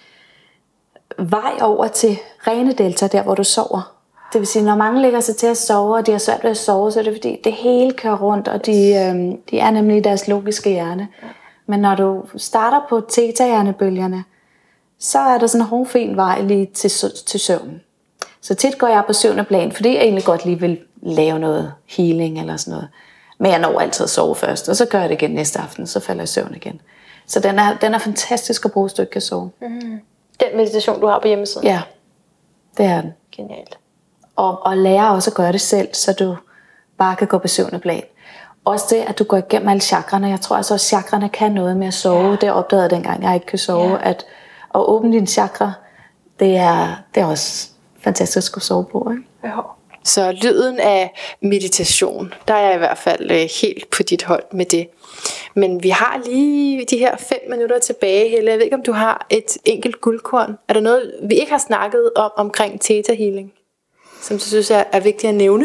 vej over til rene delta, der hvor du sover. Det vil sige, når mange lægger sig til at sove, og de har svært ved at sove, så er det fordi, det hele kører rundt, og de, øhm, de er nemlig i deres logiske hjerne. Men når du starter på theta-hjernebølgerne, så er der sådan en hårfin vej lige til, til søvnen. Så tit går jeg på syvende plan, fordi jeg egentlig godt lige vil lave noget healing eller sådan noget. Men jeg når altid at sove først, og så gør jeg det igen næste aften, så falder jeg i søvn igen. Så den er, den er fantastisk at bruge, hvis du ikke kan sove. Mm. Den meditation, du har på hjemmesiden? Ja. Det er den. Genialt. Og, og lære også at gøre det selv, så du bare kan gå på syvende plan. Også det, at du går igennem alle chakrene. Jeg tror altså, at chakrene kan noget med at sove. Ja. Det opdagede jeg dengang, jeg ikke kunne sove. Ja. At, at åbne dine chakra, det er, det er også fantastisk at sove på. Ikke? Ja. Så lyden af meditation, der er jeg i hvert fald øh, helt på dit hold med det. Men vi har lige de her fem minutter tilbage, Helle. Jeg ved ikke, om du har et enkelt guldkorn. Er der noget, vi ikke har snakket om omkring Theta Healing, som du synes er, er vigtigt at nævne?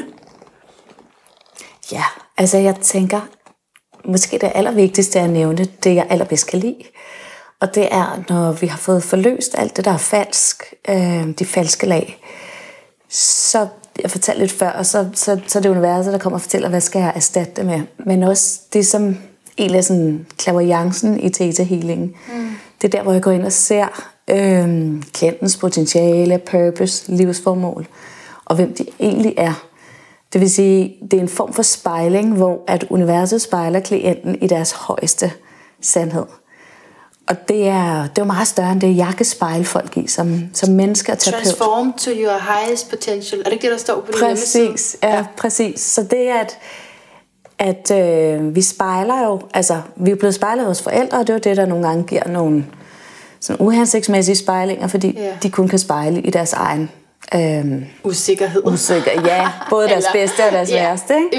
Ja, altså jeg tænker, måske det allervigtigste at nævne, det jeg allerbedst kan lide. Og det er, når vi har fået forløst alt det, der er falsk, øh, de falske lag, så jeg fortalte lidt før, og så, så, så er det universet, der kommer og fortæller, hvad skal jeg erstatte det med. Men også det, som egentlig er sådan clairvoyancen i Theta Healing. Mm. Det er der, hvor jeg går ind og ser øh, klientens potentiale, purpose, livsformål, og hvem de egentlig er. Det vil sige, det er en form for spejling, hvor at universet spejler klienten i deres højeste sandhed. Og det er, det er meget større end det, jeg kan spejle folk i, som, som mennesker og terapeut. Transform to your highest potential. Er det ikke det, der står på din hjemmeside? Præcis, ja, ja, præcis. Så det er, at, at øh, vi spejler jo, altså vi er blevet spejlet af vores forældre, og det er jo det, der nogle gange giver nogle sådan uhensigtsmæssige spejlinger, fordi ja. de kun kan spejle i deres egen øh, usikkerhed. Usikker, ja, både deres Eller, bedste og deres ja, værste. Ikke? Jo.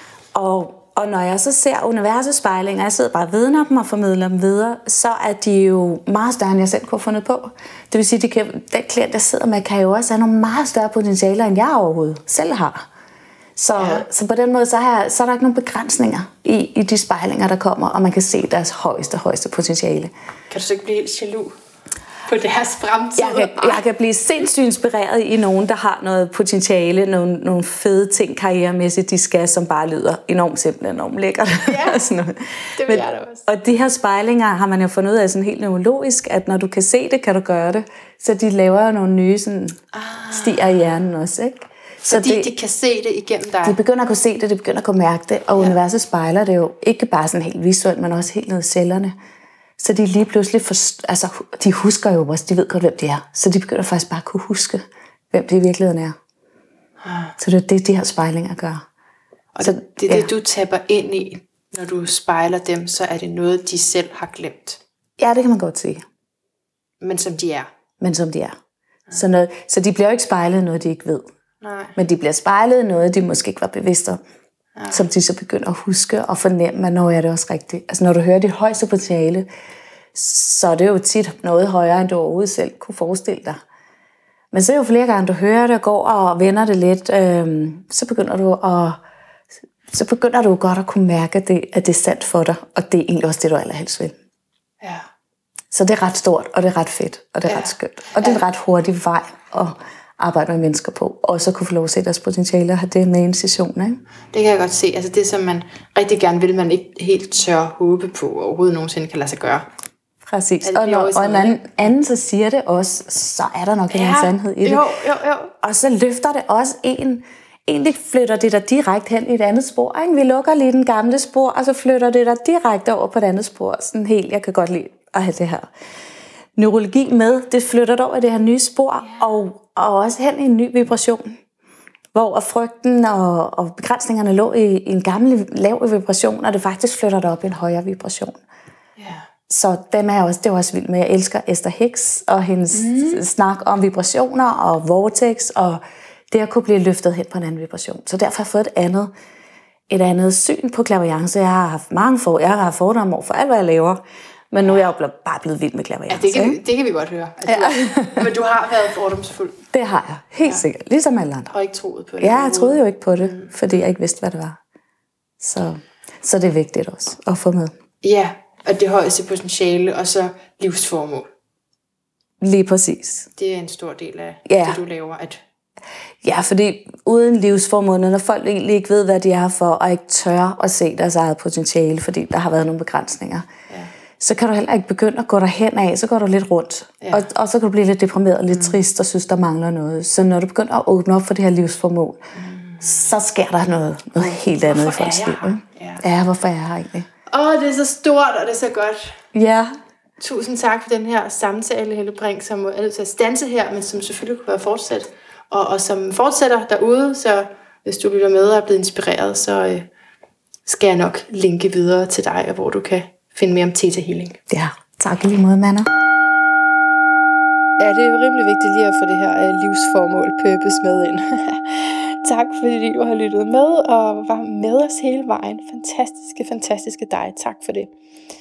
Og Og når jeg så ser universets spejlinger, jeg sidder bare og vidner dem og formidler dem videre, så er de jo meget større, end jeg selv kunne have fundet på. Det vil sige, at de kan, den klient, jeg sidder med, kan jo også have nogle meget større potentialer, end jeg overhovedet selv har. Så, ja. så på den måde, så, her, så er der ikke nogen begrænsninger i, i de spejlinger, der kommer, og man kan se deres højeste, højeste potentiale. Kan du så ikke blive helt jaloux på deres fremtid? Jeg kan, jeg kan blive sindssygt inspireret i nogen, der har noget potentiale, nogle, nogle fede ting karrieremæssigt, de skal, som bare lyder enormt simpelt, enormt lækkert. Ja, sådan noget. det vil Men, jeg da også. Og de her spejlinger har man jo fundet ud af sådan helt neurologisk, at når du kan se det, kan du gøre det. Så de laver jo nogle nye sådan, ah. stier i hjernen også, ikke? Så Fordi det, de kan se det igennem dig. De begynder at kunne se det, de begynder at kunne mærke det, og ja. universet spejler det jo ikke bare sådan helt visuelt, men også helt ned i cellerne. Så de lige pludselig, for, altså de husker jo også, de ved godt, hvem de er. Så de begynder faktisk bare at kunne huske, hvem de i virkeligheden er. Ah. Så det er det, de her spejlinger gør. Og så, det, det er ja. det, du tapper ind i, når du spejler dem, så er det noget, de selv har glemt. Ja, det kan man godt sige. Men som de er. Men som de er. Ah. Så, noget, så de bliver jo ikke spejlet noget, de ikke ved. Nej. Men de bliver spejlet noget, de måske ikke var bevidste om. Ja. Som de så begynder at huske og fornemme, at når er det også rigtigt. Altså når du hører dit højeste potentiale, så er det jo tit noget højere, end du overhovedet selv kunne forestille dig. Men så er jo flere gange, du hører det, går og vender det lidt, øhm, så begynder du at så begynder du godt at kunne mærke, at det, at det er sandt for dig, og det er egentlig også det, du allerhelst vil. Ja. Så det er ret stort, og det er ret fedt, og det er ja. ret skønt. Og det er en ret hurtig vej at arbejde med mennesker på, og så kunne få lov at se deres potentiale og have det med i en session, ikke? Det kan jeg godt se. Altså det, som man rigtig gerne vil, man ikke helt tør håbe på, og overhovedet nogensinde kan lade sig gøre. Præcis. Og når og en anden, anden så siger det også, så er der nok ja. en sandhed i det. Jo, jo, jo. Og så løfter det også en. Egentlig flytter det dig direkte hen i et andet spor. Ikke? Vi lukker lige den gamle spor, og så flytter det dig direkte over på et andet spor. Sådan helt, jeg kan godt lide at have det her neurologi med. Det flytter dig over i det her nye spor, ja. og, og også hen i en ny vibration. Hvor frygten og, og begrænsningerne lå i, i en gammel lav vibration, og det faktisk flytter dig op i en højere vibration. Ja. Så dem er også, det er også vildt med. Jeg elsker Esther Hicks og hendes mm. snak om vibrationer og vortex, og det at kunne blive løftet hen på en anden vibration. Så derfor har jeg fået et andet, et andet syn på clairvoyance. Jeg har haft mange for, jeg har haft fordomme over for alt, hvad jeg laver, men nu er jeg jo bare blevet vild med clairvoyance. Ja, det kan, vi, det kan vi godt høre. Ja. Men du har været fordomsfuld. Det har jeg, helt ja. sikkert. Ligesom alle andre. Og ikke troet på det. Ja, jeg troede jo ikke på det, mm. fordi jeg ikke vidste, hvad det var. Så, så det er vigtigt også at få med. Ja, og det højeste potentiale, og så livsformål. Lige præcis. Det er en stor del af ja. det, du laver. At Ja, fordi uden livsformål, når folk egentlig ikke ved, hvad de er for, og ikke tør at se deres eget potentiale, fordi der har været nogle begrænsninger, ja. så kan du heller ikke begynde at gå derhen af, så går du lidt rundt. Ja. Og, og så kan du blive lidt deprimeret, lidt mm. trist, og synes, der mangler noget. Så når du begynder at åbne op for det her livsformål, mm. så sker der noget, noget helt andet i folks liv. Ja. ja, hvorfor er jeg her egentlig? Åh, oh, det er så stort, og det er så godt. Ja. Tusind tak for den her samtale, Helle Brink, som er nødt til at standse her, men som selvfølgelig kunne være fortsat, og, og som fortsætter derude, så hvis du lytter med og er blevet inspireret, så øh, skal jeg nok linke videre til dig, hvor du kan finde mere om Theta Healing. Ja, tak i lige måde, Manna. Ja, det er jo rimelig vigtigt lige at få det her øh, livsformål, purpose med ind. Tak fordi du har lyttet med og var med os hele vejen. Fantastiske, fantastiske dig. Tak for det.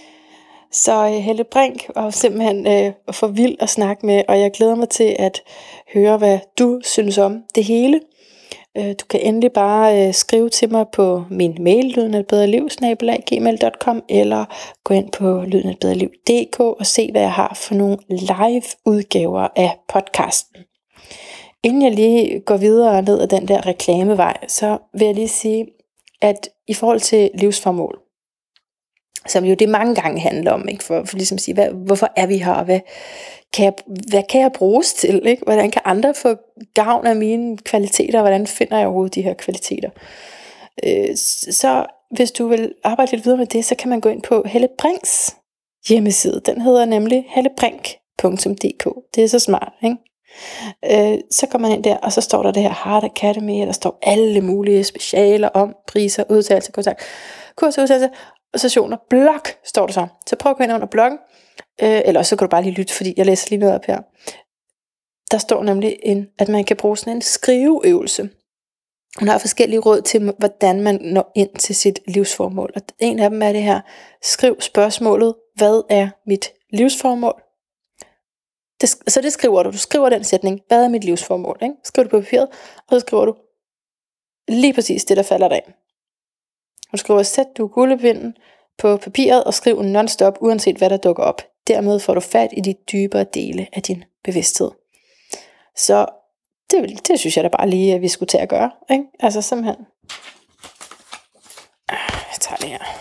Så uh, Helle Brink var simpelthen uh, for vild at snakke med, og jeg glæder mig til at høre, hvad du synes om det hele. Uh, du kan endelig bare uh, skrive til mig på min mail, lyden af et bedre liv, snabel-a gmail punktum com, eller gå ind på lyden af et bedre liv punktum d k og se, hvad jeg har for nogle live udgaver af podcasten. Inden jeg lige går videre ned ad den der reklamevej, så vil jeg lige sige, at i forhold til livsformål, som jo det mange gange handler om, ikke? For, for ligesom at sige, hvad, hvorfor er vi her, hvad kan, jeg, hvad kan jeg bruges til, ikke? Hvordan kan andre få gavn af mine kvaliteter, hvordan finder jeg overhovedet de her kvaliteter? Øh, så hvis du vil arbejde lidt videre med det, så kan man gå ind på Helle Brinks hjemmeside. Den hedder nemlig hellebrink punktum d k. Det er så smart, ikke? Øh, så kommer man ind der, og så står der det her Heart Academy, og der står alle mulige specialer om priser, udtalelse, kontakt, kurser, udtalelse, sessioner, blog står der så. Så prøv at gå ind under bloggen, øh, eller så kan du bare lige lytte, fordi jeg læser lige noget op her. Der står nemlig, en, at man kan bruge sådan en skriveøvelse. Hun har forskellige råd til, hvordan man når ind til sit livsformål. Og en af dem er det her, skriv spørgsmålet, hvad er mit livsformål? Det, så det skriver du. Du skriver den sætning, hvad er mit livsformål? Ikke? Skriver du på papiret, og så skriver du lige præcis det, der falder dig af. Du skriver, sæt du kuglepinden på papiret og skriv non-stop, uanset hvad der dukker op. Dermed får du fat i de dybere dele af din bevidsthed. Så det, det synes jeg da bare lige, at vi skulle til at gøre. Ikke? Altså simpelthen. Jeg tager det her.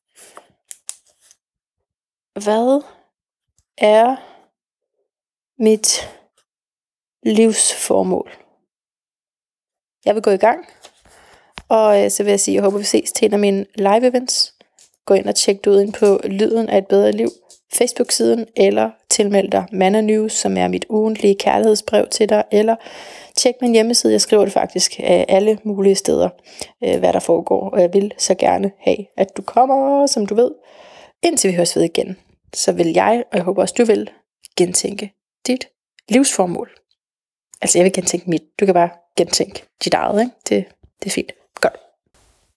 Hvad er mit livsformål? Jeg vil gå i gang. Og øh, så vil jeg sige, at jeg håber, vi ses til en af mine live events. Gå ind og tjek det ud ind på Lyden af et bedre liv Facebook-siden, eller tilmeld dig Manna News, som er mit ugentlige kærlighedsbrev til dig, eller tjek min hjemmeside. Jeg skriver det faktisk af alle mulige steder, øh, hvad der foregår. Og jeg vil så gerne have, at du kommer, som du ved, indtil vi høres ved igen. Så vil jeg, og jeg håber også, du vil, gentænke dit livsformål. Altså jeg vil gentænke mit. Du kan bare gentænke dit eget, ikke? Det, det er fint.